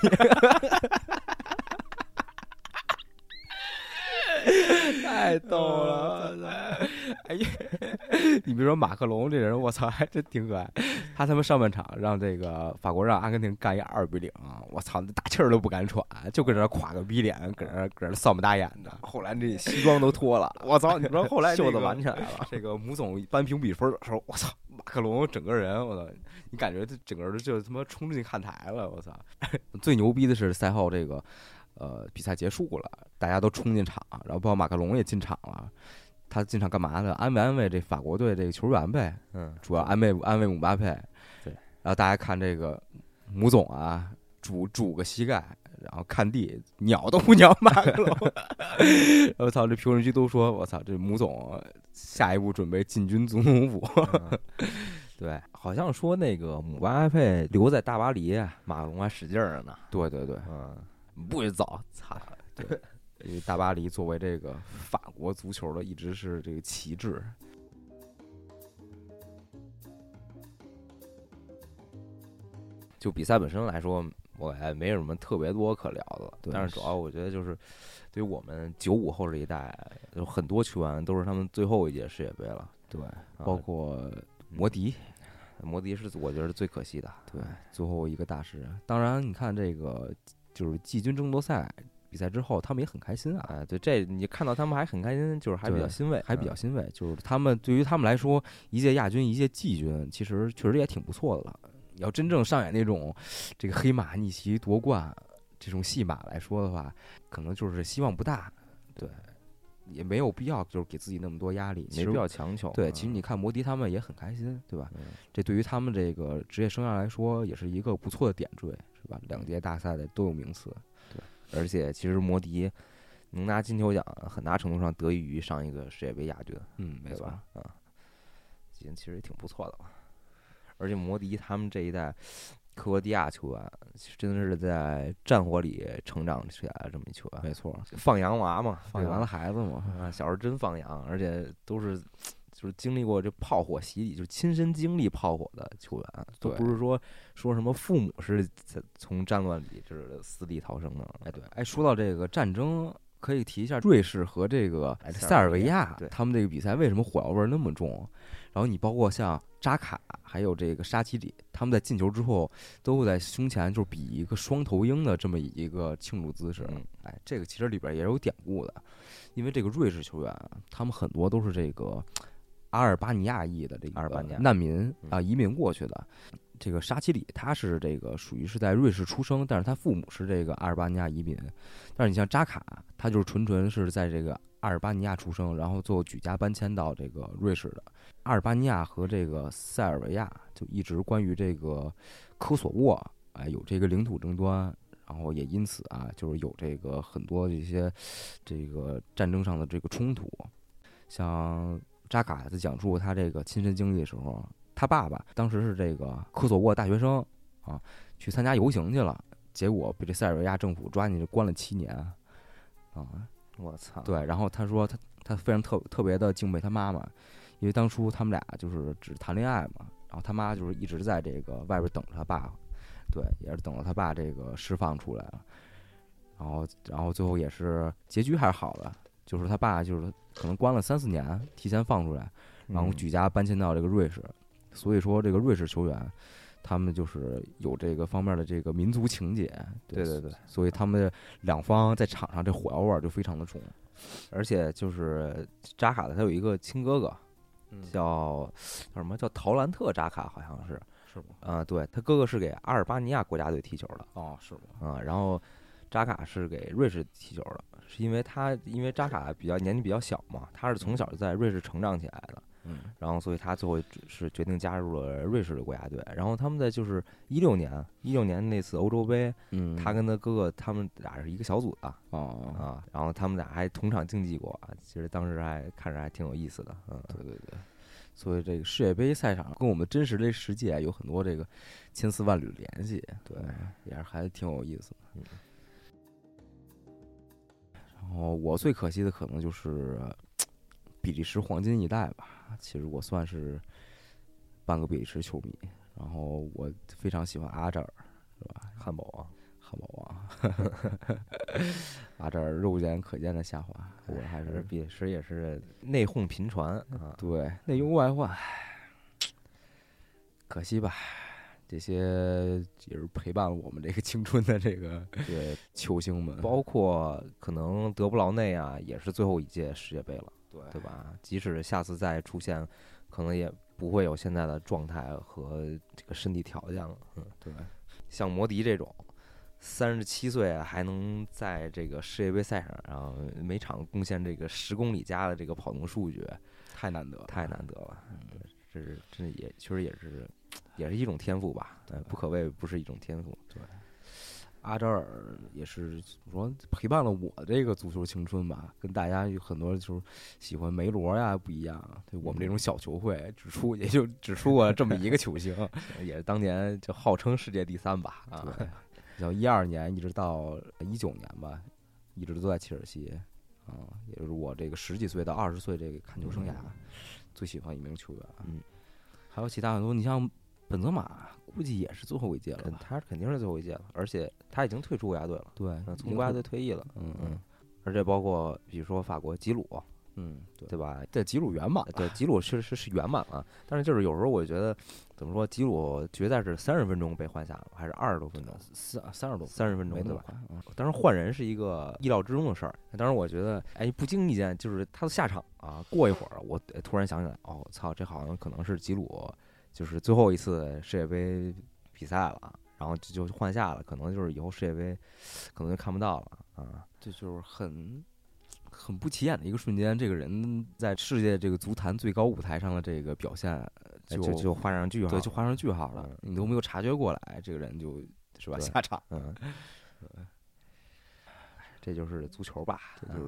太逗了！哎呀，你别说马克龙这人，我操，还真挺可爱。他们上半场让这个法国让阿根廷干一2-0，我操，大气儿都不敢喘，就搁这垮个逼脸，搁这扫不大眼的。后来这西装都脱了，我操！你说后来袖子挽起来了。这个母总扳平比分的时候，我操，马克龙整个人，我操，你感觉这整个人就他妈冲进看台了，我操！最牛逼的是赛后这个。比赛结束了，大家都冲进场，然后包括马克龙也进场了。他进场干嘛呢？安慰这法国队这个球员呗，主要安慰姆巴佩。对，然后大家看这个母总啊，拄个膝盖，然后看地，鸟都不鸟马克龙。我操，这评论区都说，我操，这母总下一步准备进军总统府。对，好像说那个姆巴佩留在大巴黎，马克龙还使劲儿呢。对，不许走，操！对，因为大巴黎作为这个法国足球的，一直是这个旗帜。就比赛本身来说，我还没有什么特别多可聊的。但是主要我觉得就是对于我们95后这一代，有很多球员都是他们最后一届世界杯了。对，包括摩迪是我觉得是最可惜的。对，最后一个大师。当然，你看这个。就是季军争夺赛比赛之后，他们也很开心啊！对，这你看到他们还很开心，就是还比较欣慰，就是他们对于他们来说，一届亚军、一届季军，其实确实也挺不错的了。要真正上演那种这个黑马逆袭夺冠这种戏码来说的话，可能就是希望不大。对，也没有必要就是给自己那么多压力，没必要强求。对，其实你看摩迪他们也很开心，对吧？这对于他们这个职业生涯来说，也是一个不错的点缀。是吧？2届大赛的都有名次，对，而且其实摩迪能拿金球奖，很大程度上得益于上一个世界杯亚军， 没错已经其实也挺不错的了。而且摩迪他们这一代克罗地亚球员，真的是在战火里成长起来的这么一球员， 没错， 放羊娃嘛， 放羊的孩子嘛， 小时候真放羊，而且都是。就是经历过这炮火洗礼，就是亲身经历炮火的球员，都不是说什么父母是从战乱里就是死里逃生的。对，说到这个战争，可以提一下瑞士和这个塞尔维亚，他们这个比赛为什么火药味那么重？然后你包括像扎卡还有这个沙奇里，他们在进球之后都会在胸前就比一个双头鹰的这么一个庆祝姿势。这个其实里边也有典故的，因为这个瑞士球员他们很多都是这个。阿尔巴尼亚裔的这个难民移民过去的，这个沙奇里他是这个属于是在瑞士出生，但是他父母是这个阿尔巴尼亚移民。但是你像扎卡，他就是纯是在这个阿尔巴尼亚出生，然后最后举家搬迁到这个瑞士的。阿尔巴尼亚和这个塞尔维亚就一直关于这个科索沃有这个领土争端，然后也因此就是有这个很多这些这个战争上的这个冲突，像。扎卡在讲述他这个亲身经历的时候，他爸爸当时是这个科索沃大学生去参加游行去了，结果被这塞尔维亚政府抓进去关了7年我操！对，然后他说他非常特别的敬佩他妈妈，因为当初他们俩就是只谈恋爱嘛，然后他妈就是一直在这个外边等着他爸，对，也是等到他爸这个释放出来了，然后最后也是结局还是好的。就是他爸就是可能关了3-4年，提前放出来，然后举家搬迁到这个瑞士，所以说这个瑞士球员，他们就是有这个方面的这个民族情节，对，所以他们两方在场上这火药味就非常的重，而且就是扎卡的他有一个亲哥哥，叫什么叫陶兰特扎卡，好像是吗？对他哥哥是给阿尔巴尼亚国家队踢球的， 是吗？ 然后扎卡是给瑞士踢球的。是因为扎卡年纪比较小嘛，他是从小就在瑞士成长起来的， 然后所以他最后是决定加入了瑞士的国家队。然后他们在就是16年那次欧洲杯，他跟他哥哥他们俩是一个小组的然后他们俩还同场竞技过，其实当时还看着还挺有意思的。 对。所以这个世界杯赛场跟我们真实的世界有很多这个千丝万缕联系，对，也是还挺有意思的。然后我最可惜的可能就是比利时黄金一代吧，其实我算是半个比利时球迷，然后我非常喜欢阿扎尔，是吧？汉堡王，阿扎尔肉眼可见的下滑，我还是比利时也是内讧频传对，内忧外患，可惜吧。这些也是陪伴了我们这个青春的这个球星们， 包括可能德布劳内也是最后一届世界杯了，对吧？即使下次再出现，可能也不会有现在的状态和这个身体条件了。 对， 像摩迪这种37岁还能在这个世界杯赛上，然后每场贡献这个10公里加的这个跑动数据， 太难得了。 这是真的确实也是一种天赋吧，不可谓不是一种天赋。 对，阿扎尔也是说陪伴了我这个足球青春吧，跟大家有很多就是喜欢梅罗不一样。对我们这种小球会，也就只出过这么一个球星， 也是当年就号称世界第3吧。 对，像12年一直到19年吧，一直都在切尔西也就是我这个10几岁到20岁这个看球生涯最喜欢一名球员。还有其他很多，你像本泽马，估计也是最后一届了。 他肯定是最后一届了，而且他已经退出国家队了。 对， 从国家队退役了。而且包括比如说法国吉鲁， 对吧？ 这吉鲁圆满了， 对，吉鲁是圆满了。但是就是有时候我觉得，怎么说，吉鲁决赛是30分钟被换下了，还是20多分钟？30分钟对吧？当然换人是一个意料之中的事儿。当然我觉得，不经意间就是他的下场过一会儿，我突然想起来，操，这好像可能是吉鲁就是最后一次世界杯比赛了，然后就换下了，可能就是以后世界杯可能就看不到了这就是很不起眼的一个瞬间，这个人在世界这个足坛最高舞台上的这个表现就画上句号， 对，就画上句号了。你都没有察觉过来，这个人就是吧下场。 这就是足球吧，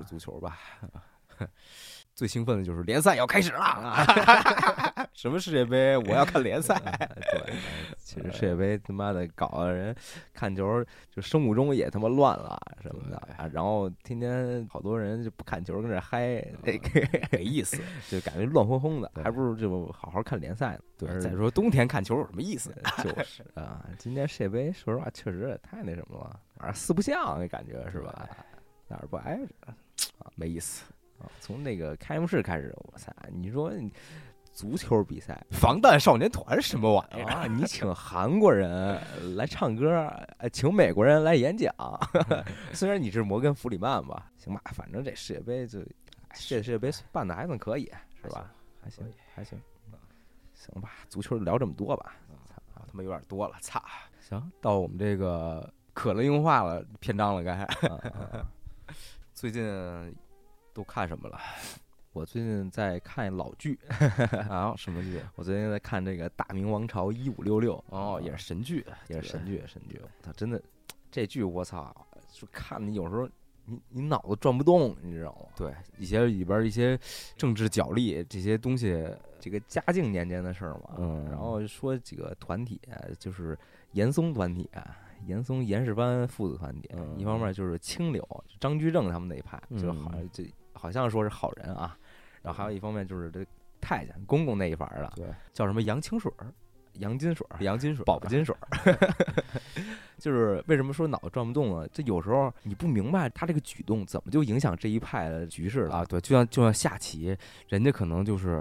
最兴奋的就是联赛要开始了，什么世界杯？我要看联赛。 对，其实世界杯他妈的搞的人看球就生物钟也他妈乱了什么的然后天天好多人就不看球跟这嗨， 没意思， 就感觉乱哄哄的，还不如就好好看联赛呢。 对，再说冬天看球有什么意思？ 就是今年世界杯说实话确实也太那什么了，反正四不像感觉是吧？哪儿不挨着没意思。 从那个开幕式开始，我操！你说足球比赛， 防弹少年团什么玩意儿？ 你请韩国人来唱歌，请美国人来演讲。虽然你是摩根弗里曼吧，行吧，反正这世界杯世界杯办的还算可以，是吧？还行。行吧，足球聊这么多吧。 他妈有点多了，操！行，到我们这个可能硬化了篇章了，该。最近都看什么了？ 我最近在看老剧什么剧？ 我最近在看这个《大明王朝1566》 也是神剧， 神剧。他真的这剧我操，就看你有时候你脑子转不动，你知道吗？ 对，一些里边一些政治角力这些东西， 这个嘉靖年间的事儿嘛。然后说几个团体，就是严嵩团体严世蕃父子团体，一方面就是清流，张居正他们那一派，就好像说是好人啊。然后还有一方面就是这太监公公那一法的， 对， 叫什么杨清水、杨金水、宝不金水。就是为什么说脑子转不动呢？这有时候你不明白他这个举动怎么就影响这一派的局势了对，就像下棋，人家可能就是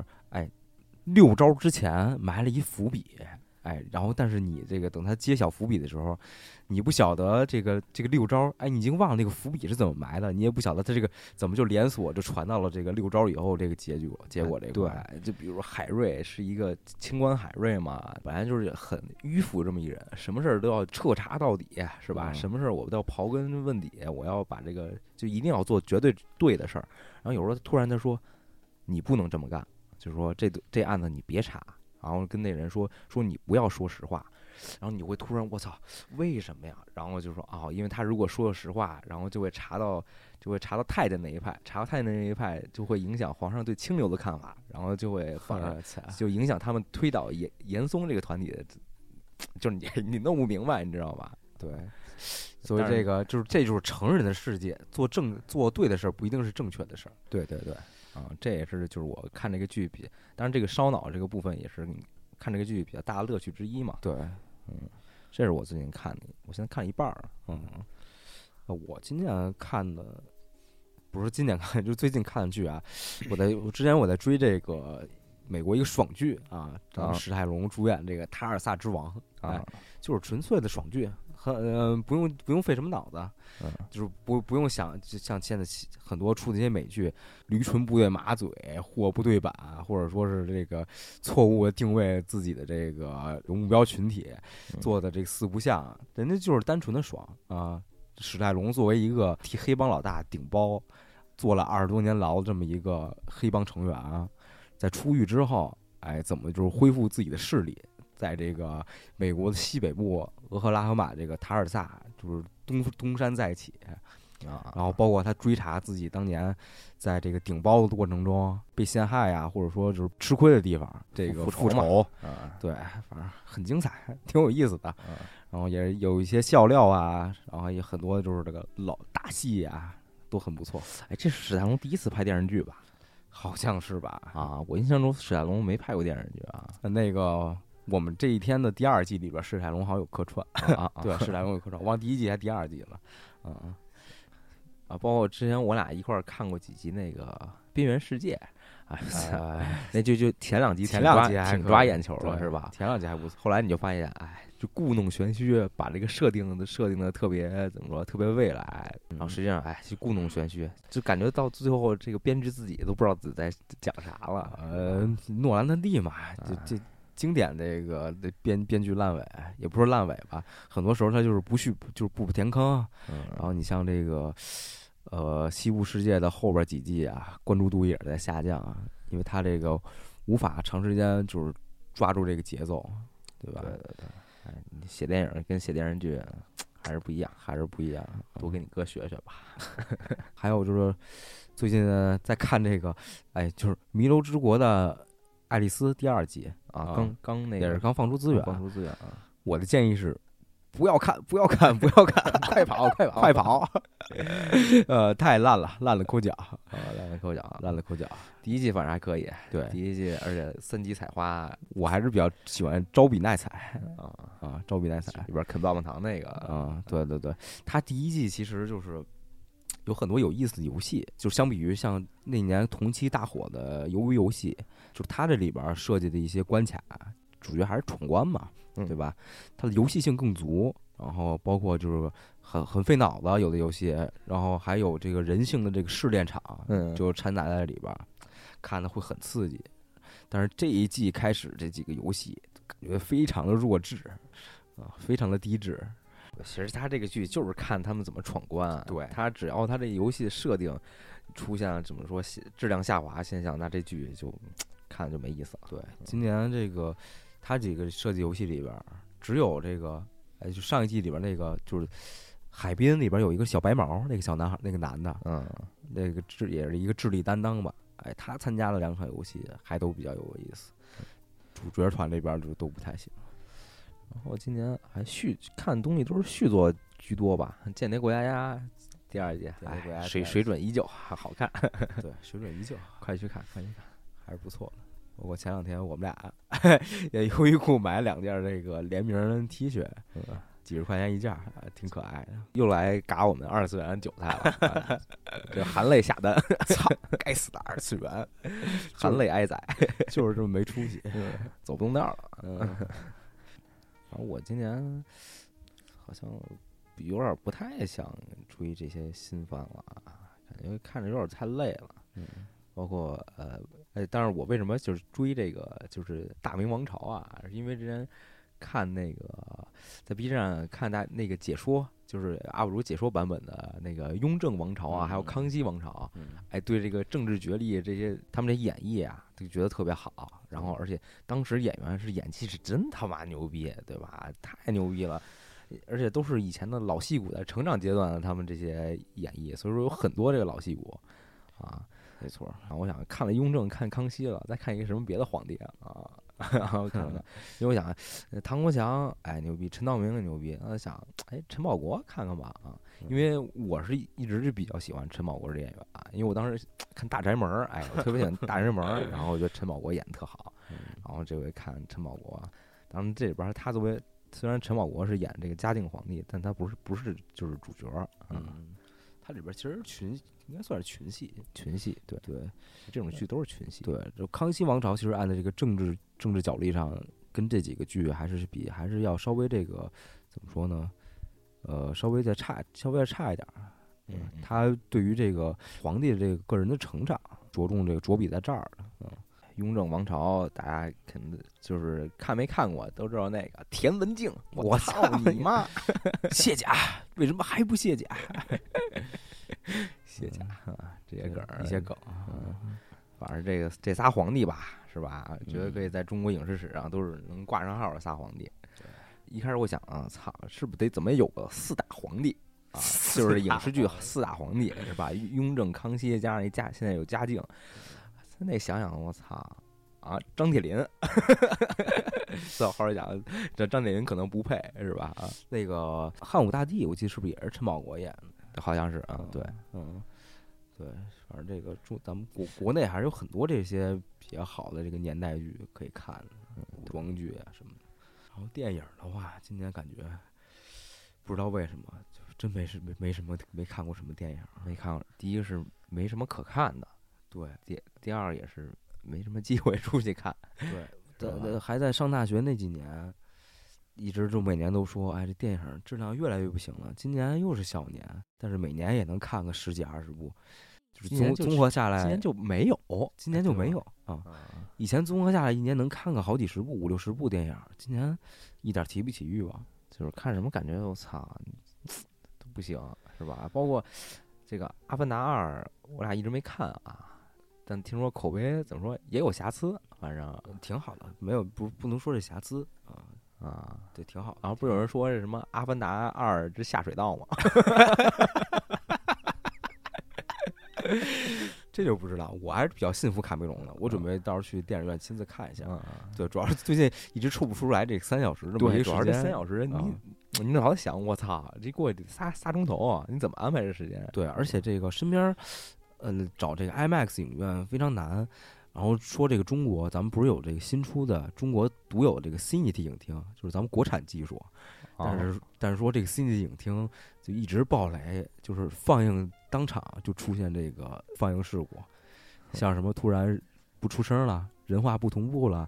6招之前埋了一伏笔。然后但是你这个等他揭晓伏笔的时候，你不晓得这个6招，你已经忘了那个伏笔是怎么埋的，你也不晓得他这个怎么就连锁就传到了这个6招以后这个结果这个。 对，就比如海瑞是一个清官海瑞嘛，本来就是很迂腐这么一人，什么事儿都要彻查到底，是吧？什么事儿我都要刨根问底，我要把这个就一定要做绝对对的事儿。然后有时候突然他说你不能这么干。 就是说这案子你别查，然后跟那人说你不要说实话，然后你会突然我操，为什么呀？然后就说因为他如果说了实话，然后就会查到太监那一派，查到太监那一派就会影响皇上对清流的看法，然后就会就影响他们推倒严嵩这个团体的，就是你弄不明白，你知道吧？ 对。所以这就是成人的世界，做对的事儿不一定是正确的事儿。 对对对，这也是就是我看这个剧当然这个烧脑这个部分也是看这个剧比较大的乐趣之一嘛。 对， 这是我最近看的，我现在看一半儿。 我今年看的不是今年看，就是最近看的剧啊。之前我在追这个美国一个爽剧啊，史泰龙主演这个《塔尔萨之王》就是纯粹的爽剧。不用费什么脑子，就是不用想，就像现在很多出的一些美剧，驴唇不对马嘴，货不对版，或者说是这个错误的定位自己的这个目标群体，做的这个四不像，人家就是单纯的爽啊。史泰龙作为一个替黑帮老大顶包，坐了20多年牢的这么一个黑帮成员啊，在出狱之后，怎么就是恢复自己的势力？在这个美国的西北部俄克拉荷马这个塔尔萨，就是东山再起然后包括他追查自己当年在这个顶包的过程中被陷害呀，或者说就是吃亏的地方，这个复仇，对，反正很精彩，挺有意思的。然后也有一些笑料啊，然后也很多就是这个老大戏啊，都很不错。 这是史泰龙第一次拍电视剧吧？ 好像是吧？ 我印象中史泰龙没拍过电视剧啊。 那个。我们这一天的第2季里边，史泰龙好像有客串对，史泰龙有客串，忘第1季还第2季了， 包括之前我俩一块儿看过几集那个《边缘世界》，那就前两集挺抓眼球了，是吧？ 前2集还不错， 后来你就发现，就故弄玄虚，把这个设定的特别怎么说，特别未来，然后实际上就故弄玄虚，就感觉到最后这个编剧自己都不知道自己在讲啥了。 诺兰特利嘛，这。经典这个的编剧烂尾，也不是烂尾吧，很多时候他就是就是不填坑。然后你像这个西部世界的后边几季啊，关注度也在下降啊，因为他这个无法长时间就是抓住这个节奏，对吧？ 对对对，你写电影跟写电视剧还是不一样，多跟你哥学学吧。 还有就是最近在看这个，就是《弥留之国的爱丽丝》第2季刚那个也是刚放出资源，我的建议是不要看，快跑！太烂了抠脚，烂了抠脚。 第1季反正还可以， 对， 第1季，而且3级采花， 我还是比较喜欢招比奈彩招比奈彩里边啃棒棒糖那个对对对，他第1季其实就是有很多有意思的游戏，就相比于像那年同期大火的鱿鱼游戏，就是它这里边设计的一些关卡，主角还是闯关嘛，对吧？它的游戏性更足，然后包括就是很费脑子有的游戏，然后还有这个人性的这个试炼场，就掺杂在里边，看的会很刺激。但是这一季开始这几个游戏感觉非常的弱智非常的低智。 其实他这个剧就是看他们怎么闯关， 对， 他只要他这游戏设定出现怎么说质量下滑现象，那这剧就看就没意思了。 对，今年这个他几个设计游戏里边，只有这个就上一季里边那个就是海滨里边有一个小白毛那个小男孩，那个男的，那个也是一个智力担当吧，他参加了2款游戏，还都比较有意思。主角团这边就都不太行。 然后今年还看东西都是续作居多吧，《间谍过家家》第2季，水准依旧好看， 对，水准依旧， 快去看， 还是不错的。我前2天我们俩也优衣库买2件这个联名 T 恤，几十块钱一件，挺可爱的。又来嘎我们2次元韭菜了， 这含泪下单， 操，该死的2次元， 含泪挨宰， 就是这么没出息， 走不动道了。反正我今年好像有点不太想追这些新番了，感觉看着有点太累了。包括但是我为什么就是追这个就是大明王朝啊？是因为之前看那个在 B 站看那个解说，就是 UP 主解说版本的那个雍正王朝啊，还有康熙王朝，哎，对这个政治角力这些他们这演绎啊，就觉得特别好。然后而且当时演员是演技是真他妈牛逼，对吧？太牛逼了。而且都是以前的老戏骨的成长阶段的他们这些演绎，所以说有很多这个老戏骨啊，没错。然后我想看了雍正，看康熙了，再看一个什么别的皇帝啊，然后看看，因为我想唐国强哎牛逼，陈道明牛逼，想哎陈宝国看看吧啊，因为我是一直是比较喜欢陈宝国这演员啊，因为我当时看大宅门哎，我特别喜欢大宅门然后我觉得陈宝国演的特好，然后这回看陈宝国，当然这里边他作为。虽然陈宝国是演这个嘉靖皇帝，但他不是就是主角， 他里边其实应该算是群戏， 对， 这种剧都是群戏。 对，就康熙王朝其实按照这个政治角力上，跟这几个剧还是要稍微这个怎么说呢？稍微再差一点。他对于这个皇帝的这个个人的成长，着重这个着笔在这儿的。雍正王朝，大家肯定就是看没看过都知道那个田文镜，我操你妈，卸甲为什么还不卸甲？卸甲这些梗一些梗， 反正这仨皇帝吧，是吧？觉得可以在中国影视史上都是能挂上号的仨皇帝。一开始我想啊，操，是不是得怎么有个4大皇帝啊？就是影视剧4大皇帝是吧？雍正、康熙加上现在有嘉靖。那想想我操啊，张铁林，照好讲，这张铁林可能不配是吧？那个汉武大帝，我记得是不是也是陈宝国演的？好像是啊，对，对，反正这个咱们国内还是有很多这些比较好的这个年代剧可以看的，古装剧啊什么的。然后电影的话，今年感觉不知道为什么，就真没看过什么电影，没看过。第一个是没什么可看的。对，第二也是没什么机会出去看。 对，还在上大学那几年，一直就每年都说，哎，这电影质量越来越不行了。今年又是小年，但是每年也能看个10几20部，就是综合下来， 今年就没有啊。以前综合下来一年能看个好几10部、50、60部电影，今年一点提不起欲望， 就是看什么感觉我操都不行，是吧？包括这个《阿凡达2》，我俩一直没看啊。但听说口碑怎么说也有瑕疵，反正挺好的，没有不能说是瑕疵啊， 对，挺好。 然后不是有人说是什么《阿凡达2》之下水道吗？ 这就不知道，我还是比较信服卡梅隆的，我准备到时候去电影院亲自看一下。对，主要是最近一直抽不出来这3小时这么一个时间。 主要是这3小时，你老想我操，这过去仨钟头啊，你怎么安排这时间？ 对，而且这个身边。找这个 IMAX 影院非常难，然后说这个中国，咱们不是有这个新出的中国独有的这个 Cinity 影厅，就是咱们国产技术，但是说这个 Cinity 影厅就一直爆雷，就是放映当场就出现这个放映事故，像什么突然不出声了，人话不同步了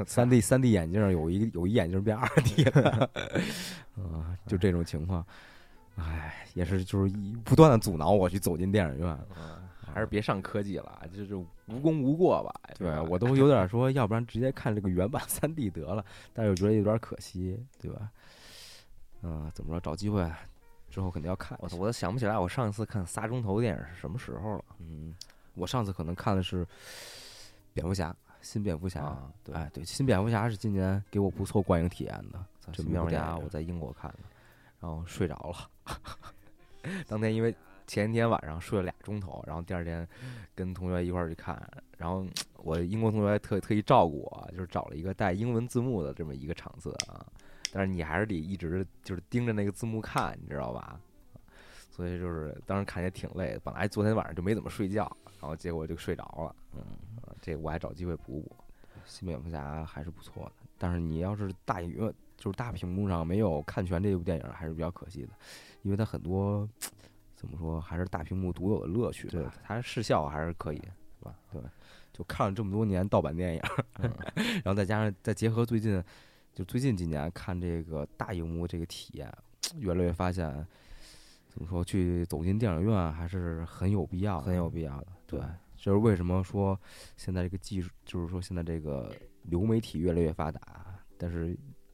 ，3D 眼镜有一眼镜变2D 了，就这种情况，哎，也是就是不断的阻挠我去走进电影院。 还是别上科技了，就是无功无过吧。 对，我都有点说，要不然直接看这个原版3D 得了，但是我觉得有点可惜，对吧？怎么说？找机会之后肯定要看。 我都想不起来我上一次看3钟头电影是什么时候了。 我上次可能看的是蝙蝠侠，新蝙蝠侠。对，新蝙蝠侠是今年给我不错观影体验的。 这蝙蝠侠我在英国看的，然后睡着了。当天因为前天晚上睡了2钟头，然后第二天跟同学一块儿去看，然后我英国同学特意照顾我，就是找了一个带英文字幕的这么一个场次啊，但是你还是得一直就是盯着那个字幕看，你知道吧？所以就是当时看也挺累的，本来昨天晚上就没怎么睡觉，然后结果就睡着了。这我还找机会补。 新蝙蝠侠还是不错的，但是你要是大影院就是大屏幕上没有看全这部电影，还是比较可惜的，因为它很多。怎么说，还是大屏幕独有的乐趣。 对，它视效还是可以，是吧？ 对，就看了这么多年盗版电影，然后再结合最近几年看这个大荧幕这个体验，越来越发现，怎么说，去走进电影院还是很有必要的。对，这是为什么说现在这个技术，就是说现在这个流媒体越来越发达，但是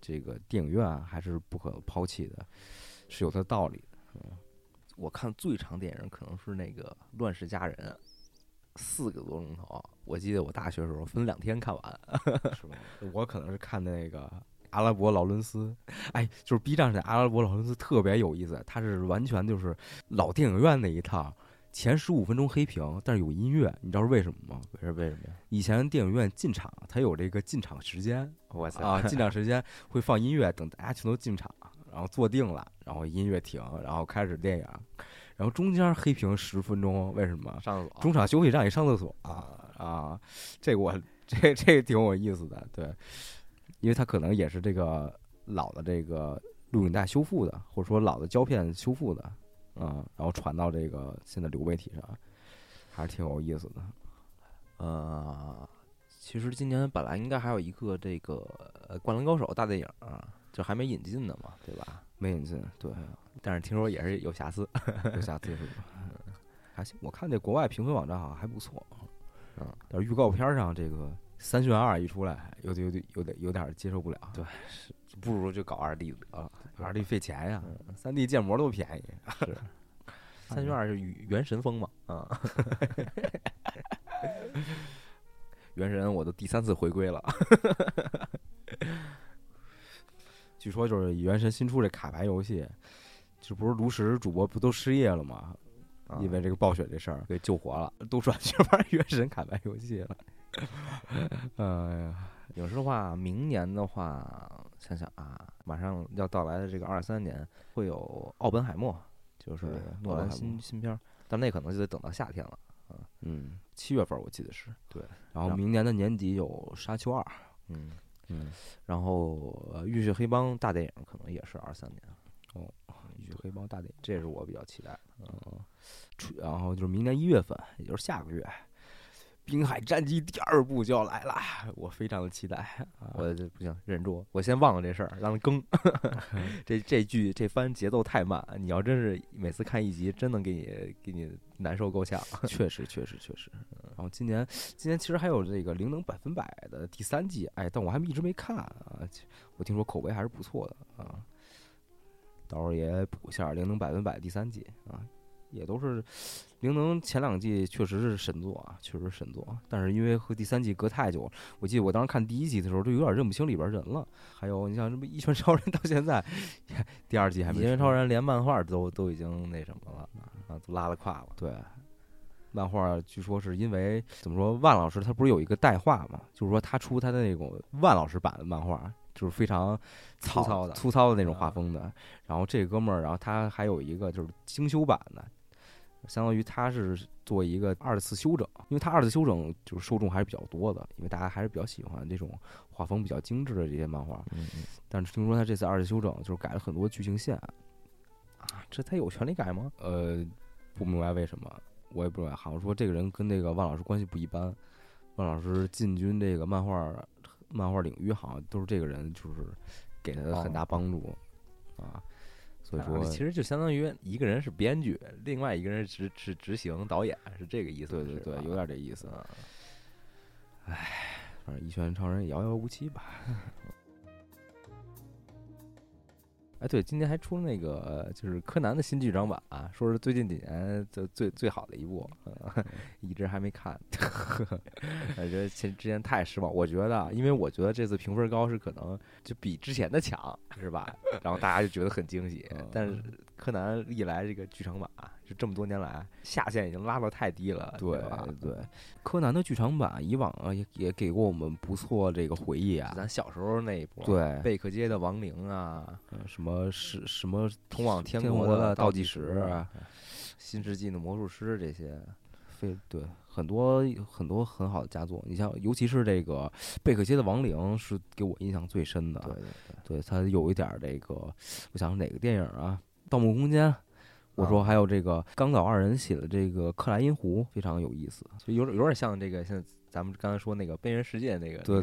这个电影院还是不可抛弃的，是有它的道理的。 我看最长电影可能是那个《乱世佳人》，4个多钟头。我记得我大学的时候分2天看完， 是吧？我可能是看那个阿拉伯劳伦斯，哎，就是 B 站上阿拉伯劳伦斯特别有意思，它是完全就是老电影院那一套，前15分钟黑屏，但是有音乐，你知道是为什么吗？ 为什么呀？ 以前电影院进场，它有这个进场时间， 哇塞啊，进场时间会放音乐，等大家全都进场，然后坐定了，然后音乐停，然后开始电影，然后中间黑屏10分钟，为什么？ 上厕所。 中场休息让你上厕所啊，这个这个挺有意思的，对，因为它可能也是这个老的这个录影带修复的，或者说老的胶片修复的，然后传到这个现在流媒体上，还是挺有意思的。 其实今年本来应该还有一个这个《灌篮高手》大电影啊，就还没引进呢嘛，对吧？ 没引进，对， 但是听说也是有瑕疵， 有瑕疵是吧？还行，我看这国外评分网站好像还不错，但是预告片上这个3选2一出来，有点接受不了。 对，是不如就搞2D 的 ，2D 费钱呀，3D 建模都便宜。 是，3选2是原神风嘛啊。原神我都第3次回归了。 据说就是原神新出这卡牌游戏，这不是炉石主播不都失业了吗？因为这个暴雪这事儿给救活了， 都转去玩原神卡牌游戏了。 影视的话，明年的话，想想啊，马上要到来的这个23年会有奥本海默，就是诺兰新片，但那可能就得等到夏天了。 7月份我记得是对， 然后明年的年底有沙丘2， 然后浴血黑帮大电影可能也是23年。 浴血黑帮大电影， 这也是我比较期待的。 然后就是明年1月份，也就是下个月，《滨海战记》第2部就要来了，我非常的期待。 我这不行，忍住，我先忘了这事儿，让它更。这番节奏太慢，你要真是每次看一集，真能给你难受够呛。 确实。然后今年其实还有这个《灵能100%》的第3季，但我还一直没看啊。我听说口碑还是不错的啊，到时候也补一下《灵能100%》第3季啊。也都是灵能前2季确实是神作啊，确实是神作，但是因为和第3季隔太久，我记得我当时看第1季的时候就有点认不清里边人了。还有你像什么一拳超人到现在第2季还没， 一拳超人连漫画都已经那什么了啊，都拉了胯了。 对，漫画据说是因为怎么说，万老师他不是有一个代画嘛，就是说他出他的那种万老师版的漫画，就是非常粗糙的那种画风的。然后这哥们儿，然后他还有一个就是精修版的，相当于他是做一个2次修整，因为他2次修整就是受众还是比较多的，因为大家还是比较喜欢这种画风比较精致的这些漫画。但是听说他这次2次修整就是改了很多剧情线啊，这他有权利改吗？ 不明白为什么，我也不明白。好像说这个人跟那个万老师关系不一般，万老师进军这个漫画领域，好像都是这个人就是给他很大帮助啊。所以说， 其实就相当于一个人是编剧，另外一个人是执行导演，是这个意思。 对，有点这意思。反正一拳超人也遥遥无期吧。 对，今年还出了那个就是柯南的新剧场版说是最近几年最好的一部，一直还没看。我觉得之前太失望。我觉得，因为我觉得这次评分高是可能就比之前的强，是吧？然后大家就觉得很惊喜。但是柯南历来这个剧场版就这么多年来下限已经拉到太低了， 对吧？ 对，柯南的剧场版以往也给过我们不错这个回忆啊。 咱小时候那一波， 对， 贝克街的亡灵啊， 什么通往天国的倒计时啊，新世纪的魔术师这些， 对，很多很好的佳作。你像尤其是这个贝克街的亡灵是给我印象最深的。对，它有一点这个，我想哪个电影啊，《盗墓空间》。我说还有这个冈岛2人写的这个《克莱因湖》非常有意思， 就有点像这个，像咱们刚才说那个边缘世界那个。 对。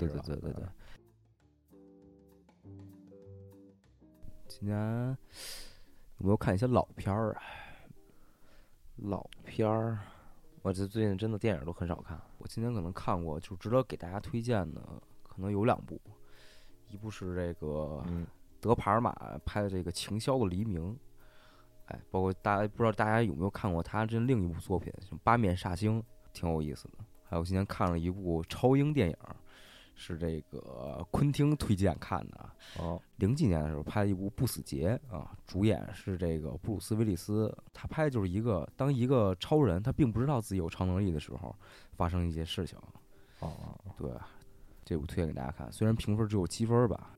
今年有没有看一些老片儿啊？ 老片儿，我这最近真的电影都很少看。 我今年可能看过，就值得给大家推荐的，可能有2部。 一部是这个嗯德帕尔玛拍的这个《情消的黎明》，哎，包括大家不知道大家有没有看过他这另一部作品《八面煞星》，挺有意思的。还有今天看了一部超英电影，是这个昆汀推荐看的。 哦零几年的时候拍了一部《不死劫》啊，主演是这个布鲁斯威利斯。他拍的就是当一个超人他并不知道自己有超能力的时候发生一些事情。 哦， 对，这部推荐给大家看，虽然评分只有7分吧。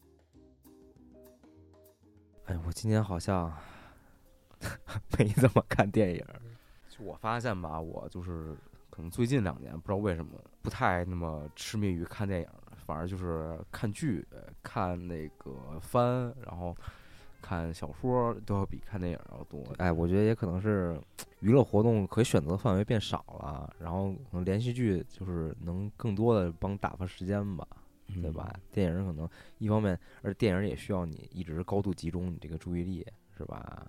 哎，我今年好像没怎么看电影。 就我发现吧，我就是可能最近2年不知道为什么不太那么痴迷于看电影，反而就是看剧、看那个番，然后看小说都要比看电影要多。 哎，我觉得也可能是娱乐活动可选择范围变少了，然后可能连续剧就是能更多的帮打发时间吧，对吧？电影可能一方面，而电影也需要你一直高度集中你这个注意力，是吧？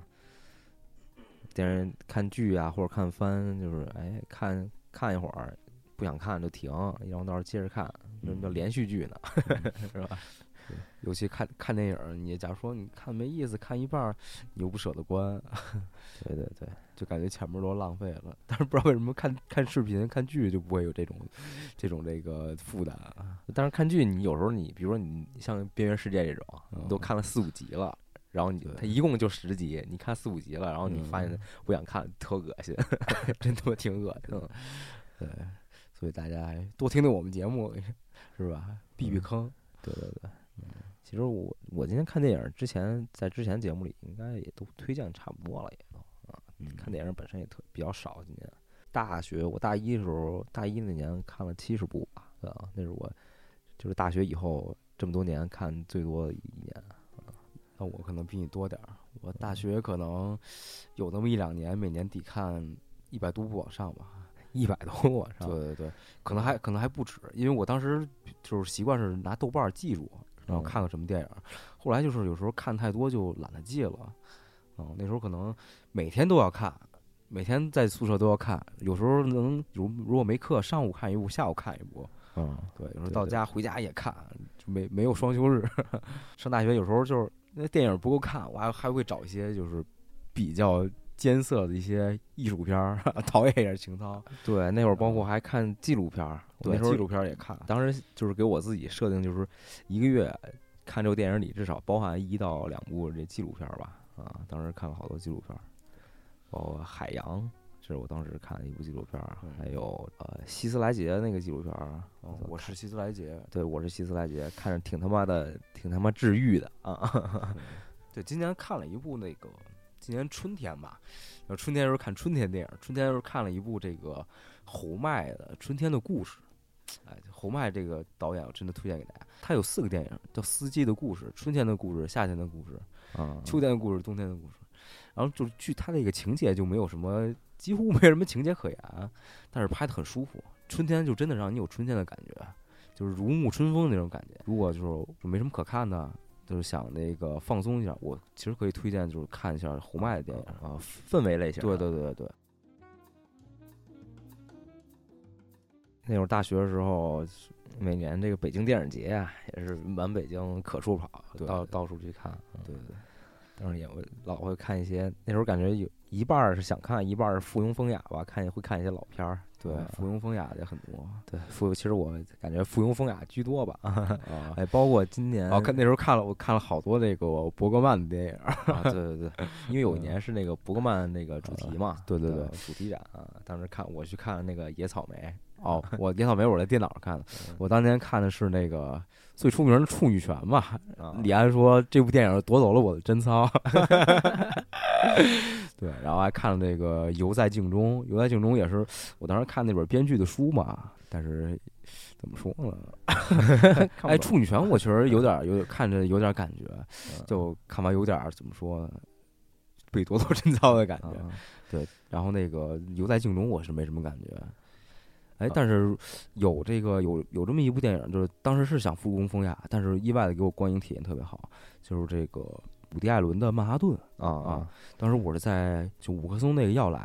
电影看剧啊或者看番，就是哎看一会儿，不想看就停，然后到时候接着看，那叫连续剧呢，是吧？ 尤其看电影，你假如说你看没意思，看一半你又不舍得关， 对对对， 就感觉前面都浪费了。但是不知道为什么看视频、看剧就不会有这种这个负担。 但是看剧你有时候比如说你像《边缘世界》这种，你都看了4、5集了。然后它一共就10集，你看4、5集了，然后你发现不想看，特恶心，真他妈挺恶心。 对，所以大家多听听我们节目，是吧？避坑。 对对对。其实我今天看电影之前，在之前节目里应该也都推荐差不多了，也都看电影本身也比较少。今年我大一的时候，大一那年看了70部吧，那是我就是大学以后这么多年看最多的一年。 那我可能比你多点儿，我大学可能有那么1、2年，每年得看100多部往上吧 ，100多部往上。 对对对，可能还不止，因为我当时就是习惯是拿豆瓣记住，然后看个什么电影。后来就是有时候看太多就懒得记了，那时候可能每天都要看，每天在宿舍都要看，有时候如果没课，上午看一部，下午看一部。对，有时候到家回家也看，就没有双休日。上大学有时候就是那电影不够看，我还会找一些就是比较艰涩的一些艺术片儿，陶冶一下情操。 对，那会儿包括还看纪录片儿， 对，纪录片儿也看。 当时就是给我自己设定，就是1个月看这个电影里至少包含1到2部这纪录片儿吧。当时看了好多纪录片儿，包括《海洋》。这是我当时看的一部纪录片，还有希斯莱杰那个纪录片， 我是希斯莱杰， 对，我是希斯莱杰，看着挺他妈治愈的啊。 对，今年看了一部那个，今年春天吧，然后春天的时候看春天电影，春天的时候看了一部这个侯麦的《春天的故事》。哎，侯麦这个导演我真的推荐给大家，他有4个电影，叫《四季的故事》、《春天的故事》、《夏天的故事》、秋天的故事、冬天的故事。然后就是据他这个情节就没有什么。几乎没什么情节可言，但是拍得很舒服。春天就真的让你有春天的感觉，就是如沐春风那种感觉。如果就是没什么可看的，就是想那个放松一下，我其实可以推荐就是看一下侯麦的电影氛围类型。 对对对对。 那会儿大学的时候，每年这个北京电影节啊，也是满北京可处跑，到处去看。 对对。 当时也老会看一些，那时候感觉有一半是想看，一半是附庸风雅吧，会看一些老片儿。 对，附庸风雅的也很多。 对，其实我感觉附庸风雅居多吧。哎，包括今年那时候我看了好多那个伯格曼的电影。 对对对，因为有一年是那个伯格曼那个主题嘛。 对对对， 主题展当时我去看那个野草莓。 我野草莓我在电脑上看的，我当年看的是那个最出名的处女泉吧。李安说这部电影夺走了我的贞操。对，然后还看了那个《游在镜中》，《游在镜中》也是我当时看那本编剧的书嘛，但是怎么说呢？哎，处女泉我确实有点看着有点感觉，就看完有点怎么说呢？被夺走贞操的感觉。对，然后那个《游在镜中》我是没什么感觉。哎，但是有这么一部电影，就是当时是想附庸风雅，但是意外的给我观影体验特别好，就是这个伍迪·艾伦的《曼哈顿》当时我是在就五棵松那个要来，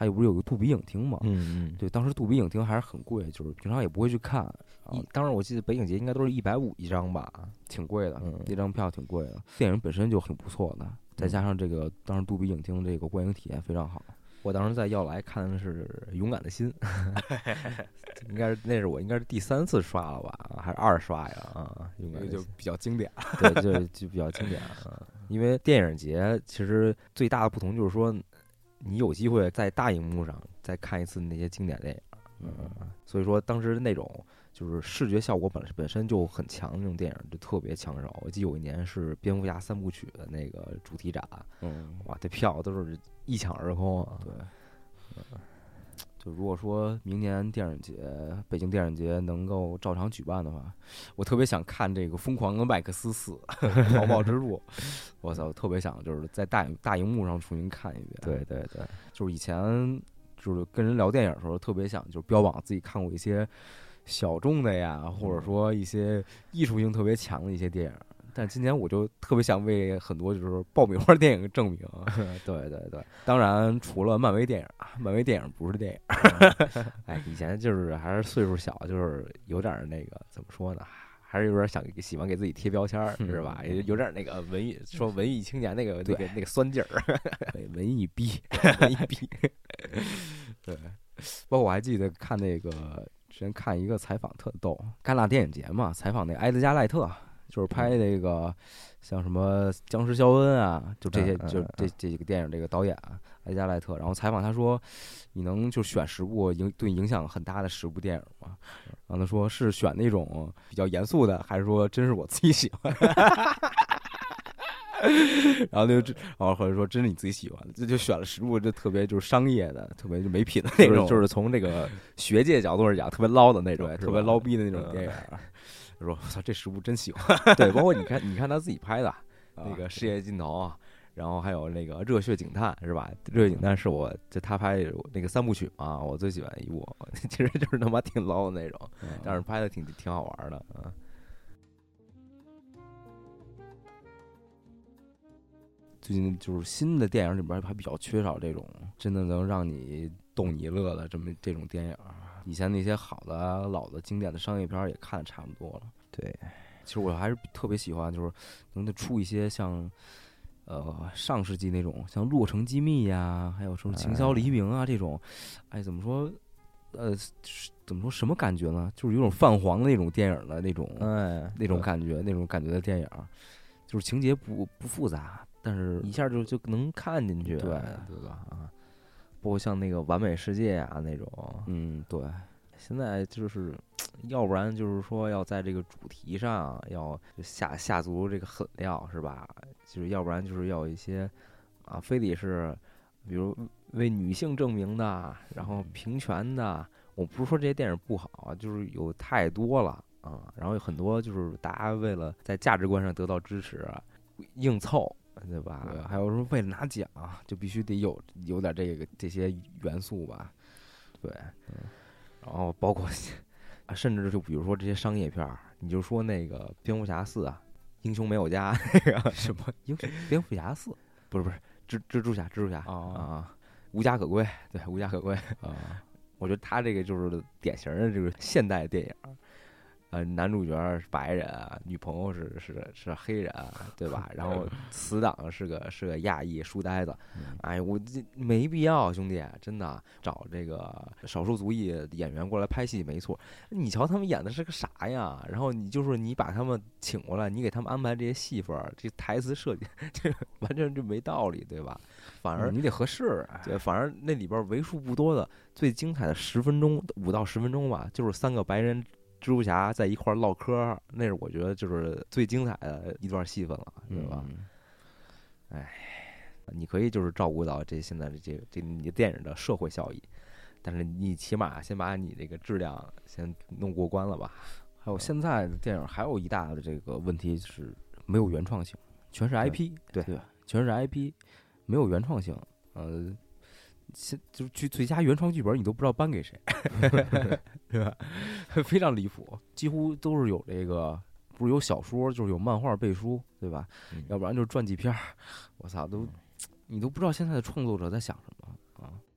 它又不是有个杜比影厅嘛， 嗯， 对，当时杜比影厅还是很贵，就是平常也不会去看。 当时我记得北影节应该都是150一张吧， 挺贵的， 嗯， 那张票挺贵的。电影本身就挺不错的，再加上这个当时杜比影厅这个观影体验非常好。 我当时在要来看的是《勇敢的心》，那是我应该是第3次刷了吧，还是2刷呀？啊，勇敢的心就比较经典， 对，就比较经典啊。因为电影节其实最大的不同就是说，你有机会在大荧幕上再看一次那些经典电影，所以说当时那种就是视觉效果本身就很强，那种电影就特别抢手。我记得有一年是蝙蝠侠3部曲的那个主题展，哇，这票都是一抢而空啊。 对，就如果说明年北京电影节能够照常举办的话，我特别想看这个《疯狂的麦克斯4》逃跑之路。我操，我特别想就是在大荧幕上重新看一遍。 对， 就是以前就是跟人聊电影的时候，特别想就是标榜自己看过一些小众的呀，或者说一些艺术性特别强的一些电影。但今年我就特别想为很多就是爆米花电影证明。 对， 当然除了漫威电影啊，漫威电影不是电影。 哎，以前就是还是岁数小，就是有点那个怎么说呢，还是有点喜欢给自己贴标签是吧？有点那个文艺青年那个酸劲儿， 文艺逼。对，包括我还记得看那个之前看一个采访特逗，戛纳电影节嘛，采访那个埃德加·赖特。就是拍那个像什么僵尸肖恩啊，就这些，就这几个电影，这个导演埃加赖特，然后采访他说，你能就选10部对你影响很大的10部电影吗？然后他说是选那种比较严肃的，还是说真是我自己喜欢？然后或者说真是你自己喜欢的，这就选了10部，就特别就是商业的，特别就没品的那种， 就是从这个学界角度上讲，特别捞的那种， 特别捞逼的那种电影。说我操，这10部真喜欢。 对，包括你看他自己拍的那个《世界尽头》啊，然后还有那个《热血警探》是吧？《热血警探》是他拍那个3部曲嘛，我最喜欢的一部，其实就是他妈挺捞的那种，但是拍的挺好玩的啊。 最近就是新的电影里边还比较缺少这种真的能让你逗你乐的这种电影。以前那些好的老的经典的商业片也看得差不多了。 对， 其实我还是特别喜欢，就是能出一些像上世纪那种像《洛城机密》呀，还有什么《情销黎明》啊这种，哎，怎么说什么感觉呢？就是有种泛黄的那种电影的那种，那种感觉的电影，就是情节不复杂，但是一下就能看进去， 对吧？啊。包括像那个完美世界啊那种， 对， 现在就是要不然就是说要在这个主题上要下足这个狠料是吧？就是要不然就是要一些啊，非得是比如为女性证明的，然后平权的。我不是说这些电影不好，就是有太多了啊，然后有很多就是大家为了在价值观上得到支持，硬凑。对吧？ 对，还有说为了拿奖，就必须得有点这些元素吧。 对，然后包括甚至就比如说这些商业片，你就说那个蝙蝠侠4啊，英雄没有家那个什么蝙蝠侠4， 不是蜘蛛侠啊，无家可归，对，无家可归啊。我觉得他这个就是典型的这个现代电影。男主角是白人，女朋友是黑人，对吧？然后死党是个亚裔书呆子，哎，我这没必要，兄弟，真的找这个少数族裔演员过来拍戏没错。你瞧他们演的是个啥呀？然后你就说你把他们请过来，你给他们安排这些戏份，这台词设计，这完全就没道理，对吧？反而你得合适， 对，反而那里边为数不多的最精彩的10分钟，5到10分钟吧，就是3个白人蜘蛛侠在一块唠嗑，那是我觉得就是最精彩的一段戏份了，对吧？哎，你可以就是照顾到现在的这你电影的社会效益，但是你起码先把你这个质量先弄过关了吧。 还有现在的电影还有一大的这个问题就是没有原创性，全是 IP， 对， 全是 IP， 没有原创性，就是去最佳原创剧本你都不知道颁给谁，对吧？非常离谱，几乎都是有这个，不是有小说就是有漫画背书，对吧？要不然就是传记片。我操，你都不知道现在的创作者在想什么啊！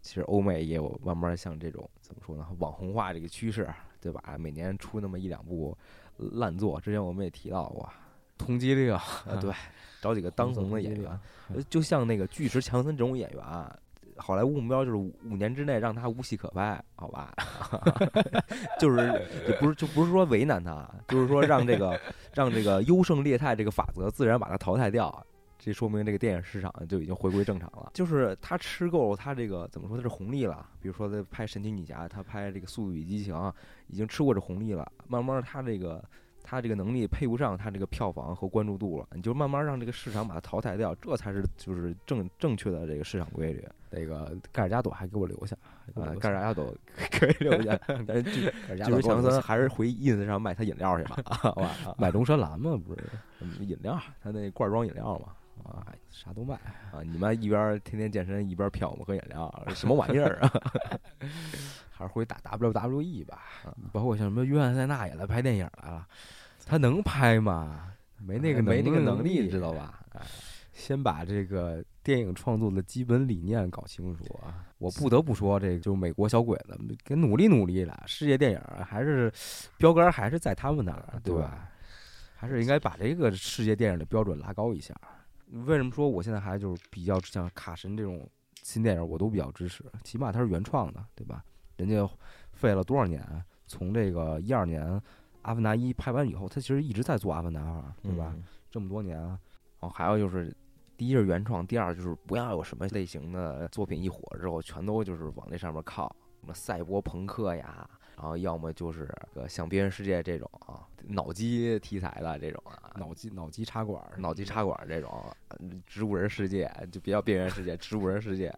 其实欧美也有慢慢像这种怎么说呢，网红化这个趋势，对吧？每年出那么1-2部烂作，之前我们也提到过， 通缉令对，找几个当红的演员，就像那个巨石强森这种演员啊，好莱坞目标就是5年之内让他无戏可拍，好吧？就是也不是说为难他，就是说让这个优胜劣汰这个法则自然把他淘汰掉。这说明这个电影市场就已经回归正常了。就是他吃够他这个怎么说，他是红利了。比如说他拍神奇女侠，他拍这个速度与激情，已经吃过这红利了。慢慢他这个能力配不上他这个票房和关注度了，你就慢慢让这个市场把它淘汰掉，这才是就是正确的这个市场规律。 那个盖尔加朵还给我留下盖尔加朵可以留下，但是就是强森还是回 ins 上卖他饮料去吧，好吧？ 买龙山蓝嘛，不是饮料，他那罐装饮料嘛。 啥都卖啊！你们一边天天健身，一边骗我们喝饮料，什么玩意儿啊？ 还是回打 WWE 吧。包括像什么约翰塞纳也来拍电影来了，他能拍吗？没那个能力，你知道吧？先把这个电影创作的基本理念搞清楚啊！我不得不说，这个就是美国小鬼子给努力了，世界电影还是标杆还是在他们那儿，对吧？还是应该把这个世界电影的标准拉高一下。为什么说我现在还就是比较像卡神这种新电影我都比较支持，起码它是原创的，对吧？人家费了多少年，从这个12年阿凡达1拍完以后，他其实一直在做阿凡达2，对吧？这么多年，然后还有就是第一是原创，第二就是不要有什么类型的作品一火之后全都就是往那上面靠，什么赛博朋克呀，然后要么就是像边缘世界这种脑机题材的这种脑机插管这种植物人世界，就别叫边缘世界，植物人世界。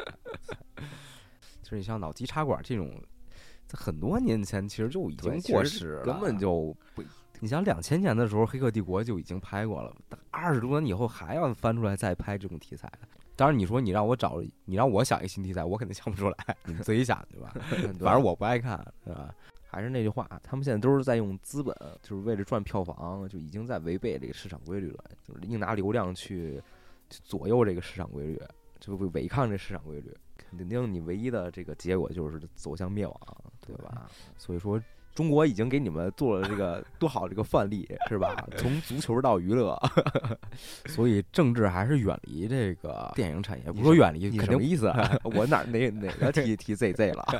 就是你像脑机插管这种，在很多年前其实就已经过时了， 根本就不。 你想2000年的时候，《黑客帝国》就已经拍过了，20多年以后还要翻出来再拍这种题材。当然，你说你让我想一个新题材，我肯定想不出来，你自己想对吧？反正我不爱看，是吧？ 还是那句话，他们现在都是在用资本，就是为了赚票房，就已经在违背这个市场规律了，就是硬拿流量去左右这个市场规律，就会违抗这市场规律，肯定你唯一的这个结果就是走向灭亡，对吧？ 所以说。 中国已经给你们做了这个多好这个范例，是吧？从足球到娱乐， 所以政治还是远离这个电影产业。不说远离，肯定意思。我哪个提 ZZ 了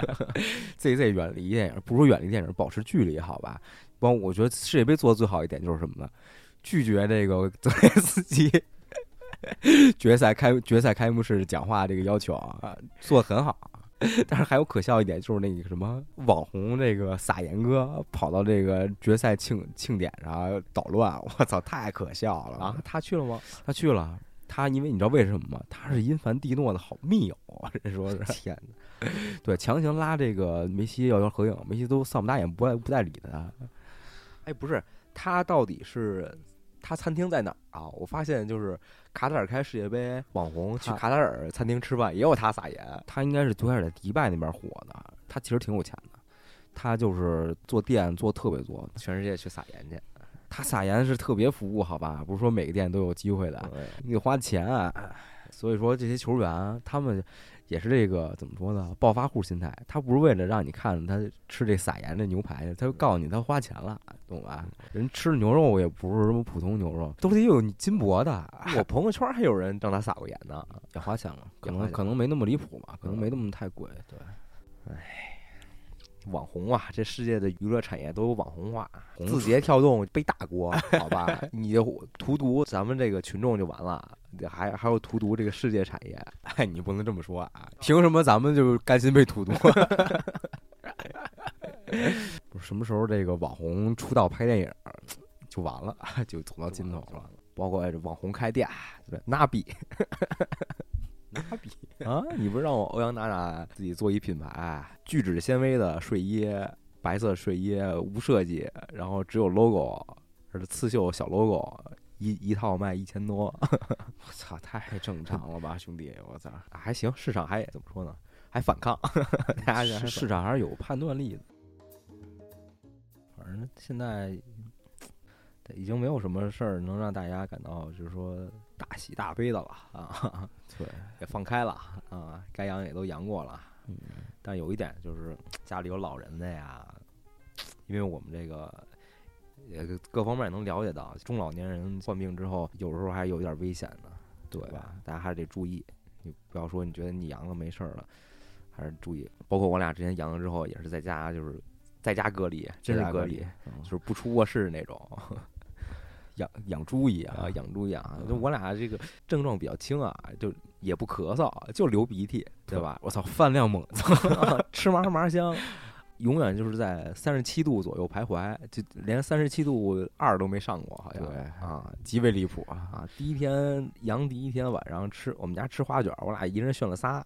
？ZZ 远离电影，不说远离电影，保持距离，好吧？包括我觉得世界杯做的最好一点就是什么呢？拒绝这个泽连斯基决赛开幕式讲话这个要求啊，做得很好。但是还有可笑一点，就是那个什么网红这个撒盐哥跑到这个决赛庆典上捣乱，我操，太可笑了啊！他去了吗？ 他去了，他因为你知道为什么吗？他是因凡蒂诺的好密友，人说是天哪， 对，强行拉这个梅西要合影，梅西都丧不大眼不带理他。 哎，不是，他到底是他餐厅在哪儿啊？我发现就是卡塔尔开世界杯，网红去卡塔尔餐厅吃饭也有他撒盐。 他应该是最开始在迪拜那边火的，他其实挺有钱的，他就是做店做特别多， 全世界去撒盐去。 他撒盐是特别服务，好吧？不是说每个店都有机会的，你得花钱啊。所以说这些球员他们也是这个怎么说呢？暴发户心态，他不是为了让你看他吃这撒盐的牛排，他就告诉你他花钱了，懂吧？人吃的牛肉也不是什么普通牛肉，都得有金箔的。 我朋友圈还有人让他撒过盐呢， 也花钱了，可能没那么离谱吧，可能没那么太贵。对， 唉。网红啊，这世界的娱乐产业都有网红化，字节跳动背大锅，好吧？你荼毒咱们这个群众就完了，还有荼毒这个世界产业。 哎，你不能这么说啊！凭什么咱们就甘心被荼毒？什么时候这个网红出道拍电影就完了，就走到尽头了？ 包括网红开店，对，Nabi。 拿笔啊！你不是让我欧阳娜娜自己做一品牌，聚酯纤维的睡衣，白色睡衣无设计，然后只有 logo， 而且刺绣小 logo， 一套卖1000多。 我操，太正常了吧，兄弟！我操， 还行，市场还怎么说呢？还反抗，大家市场还是有判断力的。反正现在已经没有什么事儿能让大家感到就是说大喜大悲的了啊。 对， 也放开了啊，该养也都养过了。但有一点就是家里有老人的呀，因为我们这个各方面也能了解到，中老年人患病之后，有时候还有点危险的，对吧？大家还是得注意，你不要说你觉得你阳了没事了，还是注意。包括我俩之前阳了之后，也是在家，就是在家隔离，真是隔离，就是不出卧室那种。 养猪一样啊，养猪一样。就我俩这个症状比较轻啊，就也不咳嗽，就流鼻涕，对吧？ 我操，饭量猛， 吃麻香，永远就是在37度左右徘徊，就连37.2度都没上过，好像。 对啊， 极为离谱啊！ 第一天晚上我们家吃花卷，我俩一人炫了仨。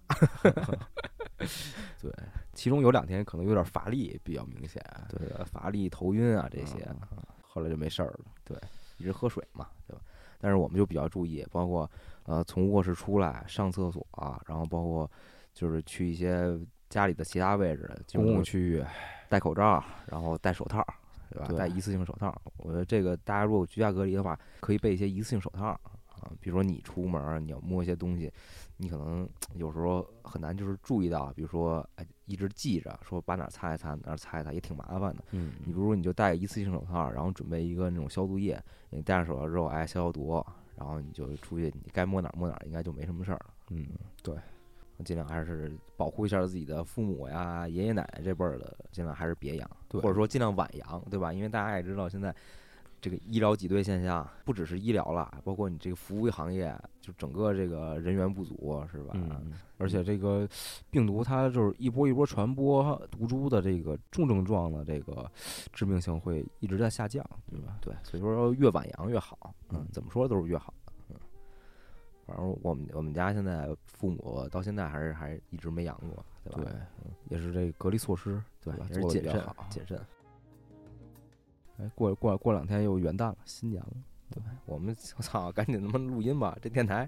对，其中有2天可能有点乏力比较明显， 对，乏力、头晕啊这些， 后来就没事儿了。 对。一直喝水嘛，对吧？但是我们就比较注意，包括从卧室出来上厕所啊，然后包括就是去一些家里的其他位置公共区域， 戴口罩，然后戴手套，对吧？ 对， 戴一次性手套。我觉得这个大家如果居家隔离的话，可以备一些一次性手套啊。比如说你出门你要摸一些东西，你可能有时候很难就是注意到，比如说一直记着说把哪擦一擦，哪擦一擦也挺麻烦的。你比如说你就戴一次性手套，然后准备一个那种消毒液，你戴上手套之后消毒，然后你就出去，你该摸哪摸哪，应该就没什么事儿了。 对， 尽量还是保护一下自己的父母呀、爷爷奶奶这辈儿的，尽量还是别养，或者说尽量晚阳，对吧？因为大家也知道现在这个医疗挤兑现象不只是医疗了，包括你这个服务行业，就整个这个人员不足，是吧？ 而且这个病毒它就是一波一波传播，毒株的这个重症状的这个致命性会一直在下降，对吧？ 对，所以说越晚阳越好，怎么说都是越好的。反正我们家现在父母到现在还是一直没阳过，对吧？ 对，也是这个隔离措施， 对吧？ 做的比较好， 谨慎。 过2天又元旦了，新年了。 对，我操，赶紧他妈录音吧，这电台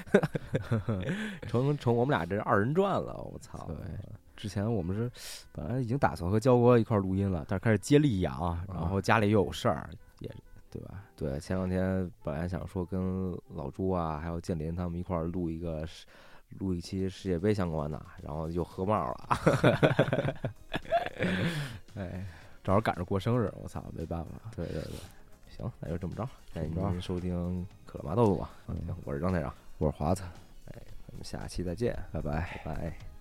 成我们俩这2人转了，我操！ 对，之前我们是本来已经打算和焦哥一块录音了，但是开始接力阳，然后家里又有事儿，也对吧？ 对，前2天本来想说跟老朱啊，还有建林他们一块录一期世界杯相关的，然后又喝冒了。 正好赶上过生日，我操，没办法。 对，行，那就这么着，感谢您收听可乐麻豆腐吧。我是张台长， 我是华子， 我们下期再见， 拜拜。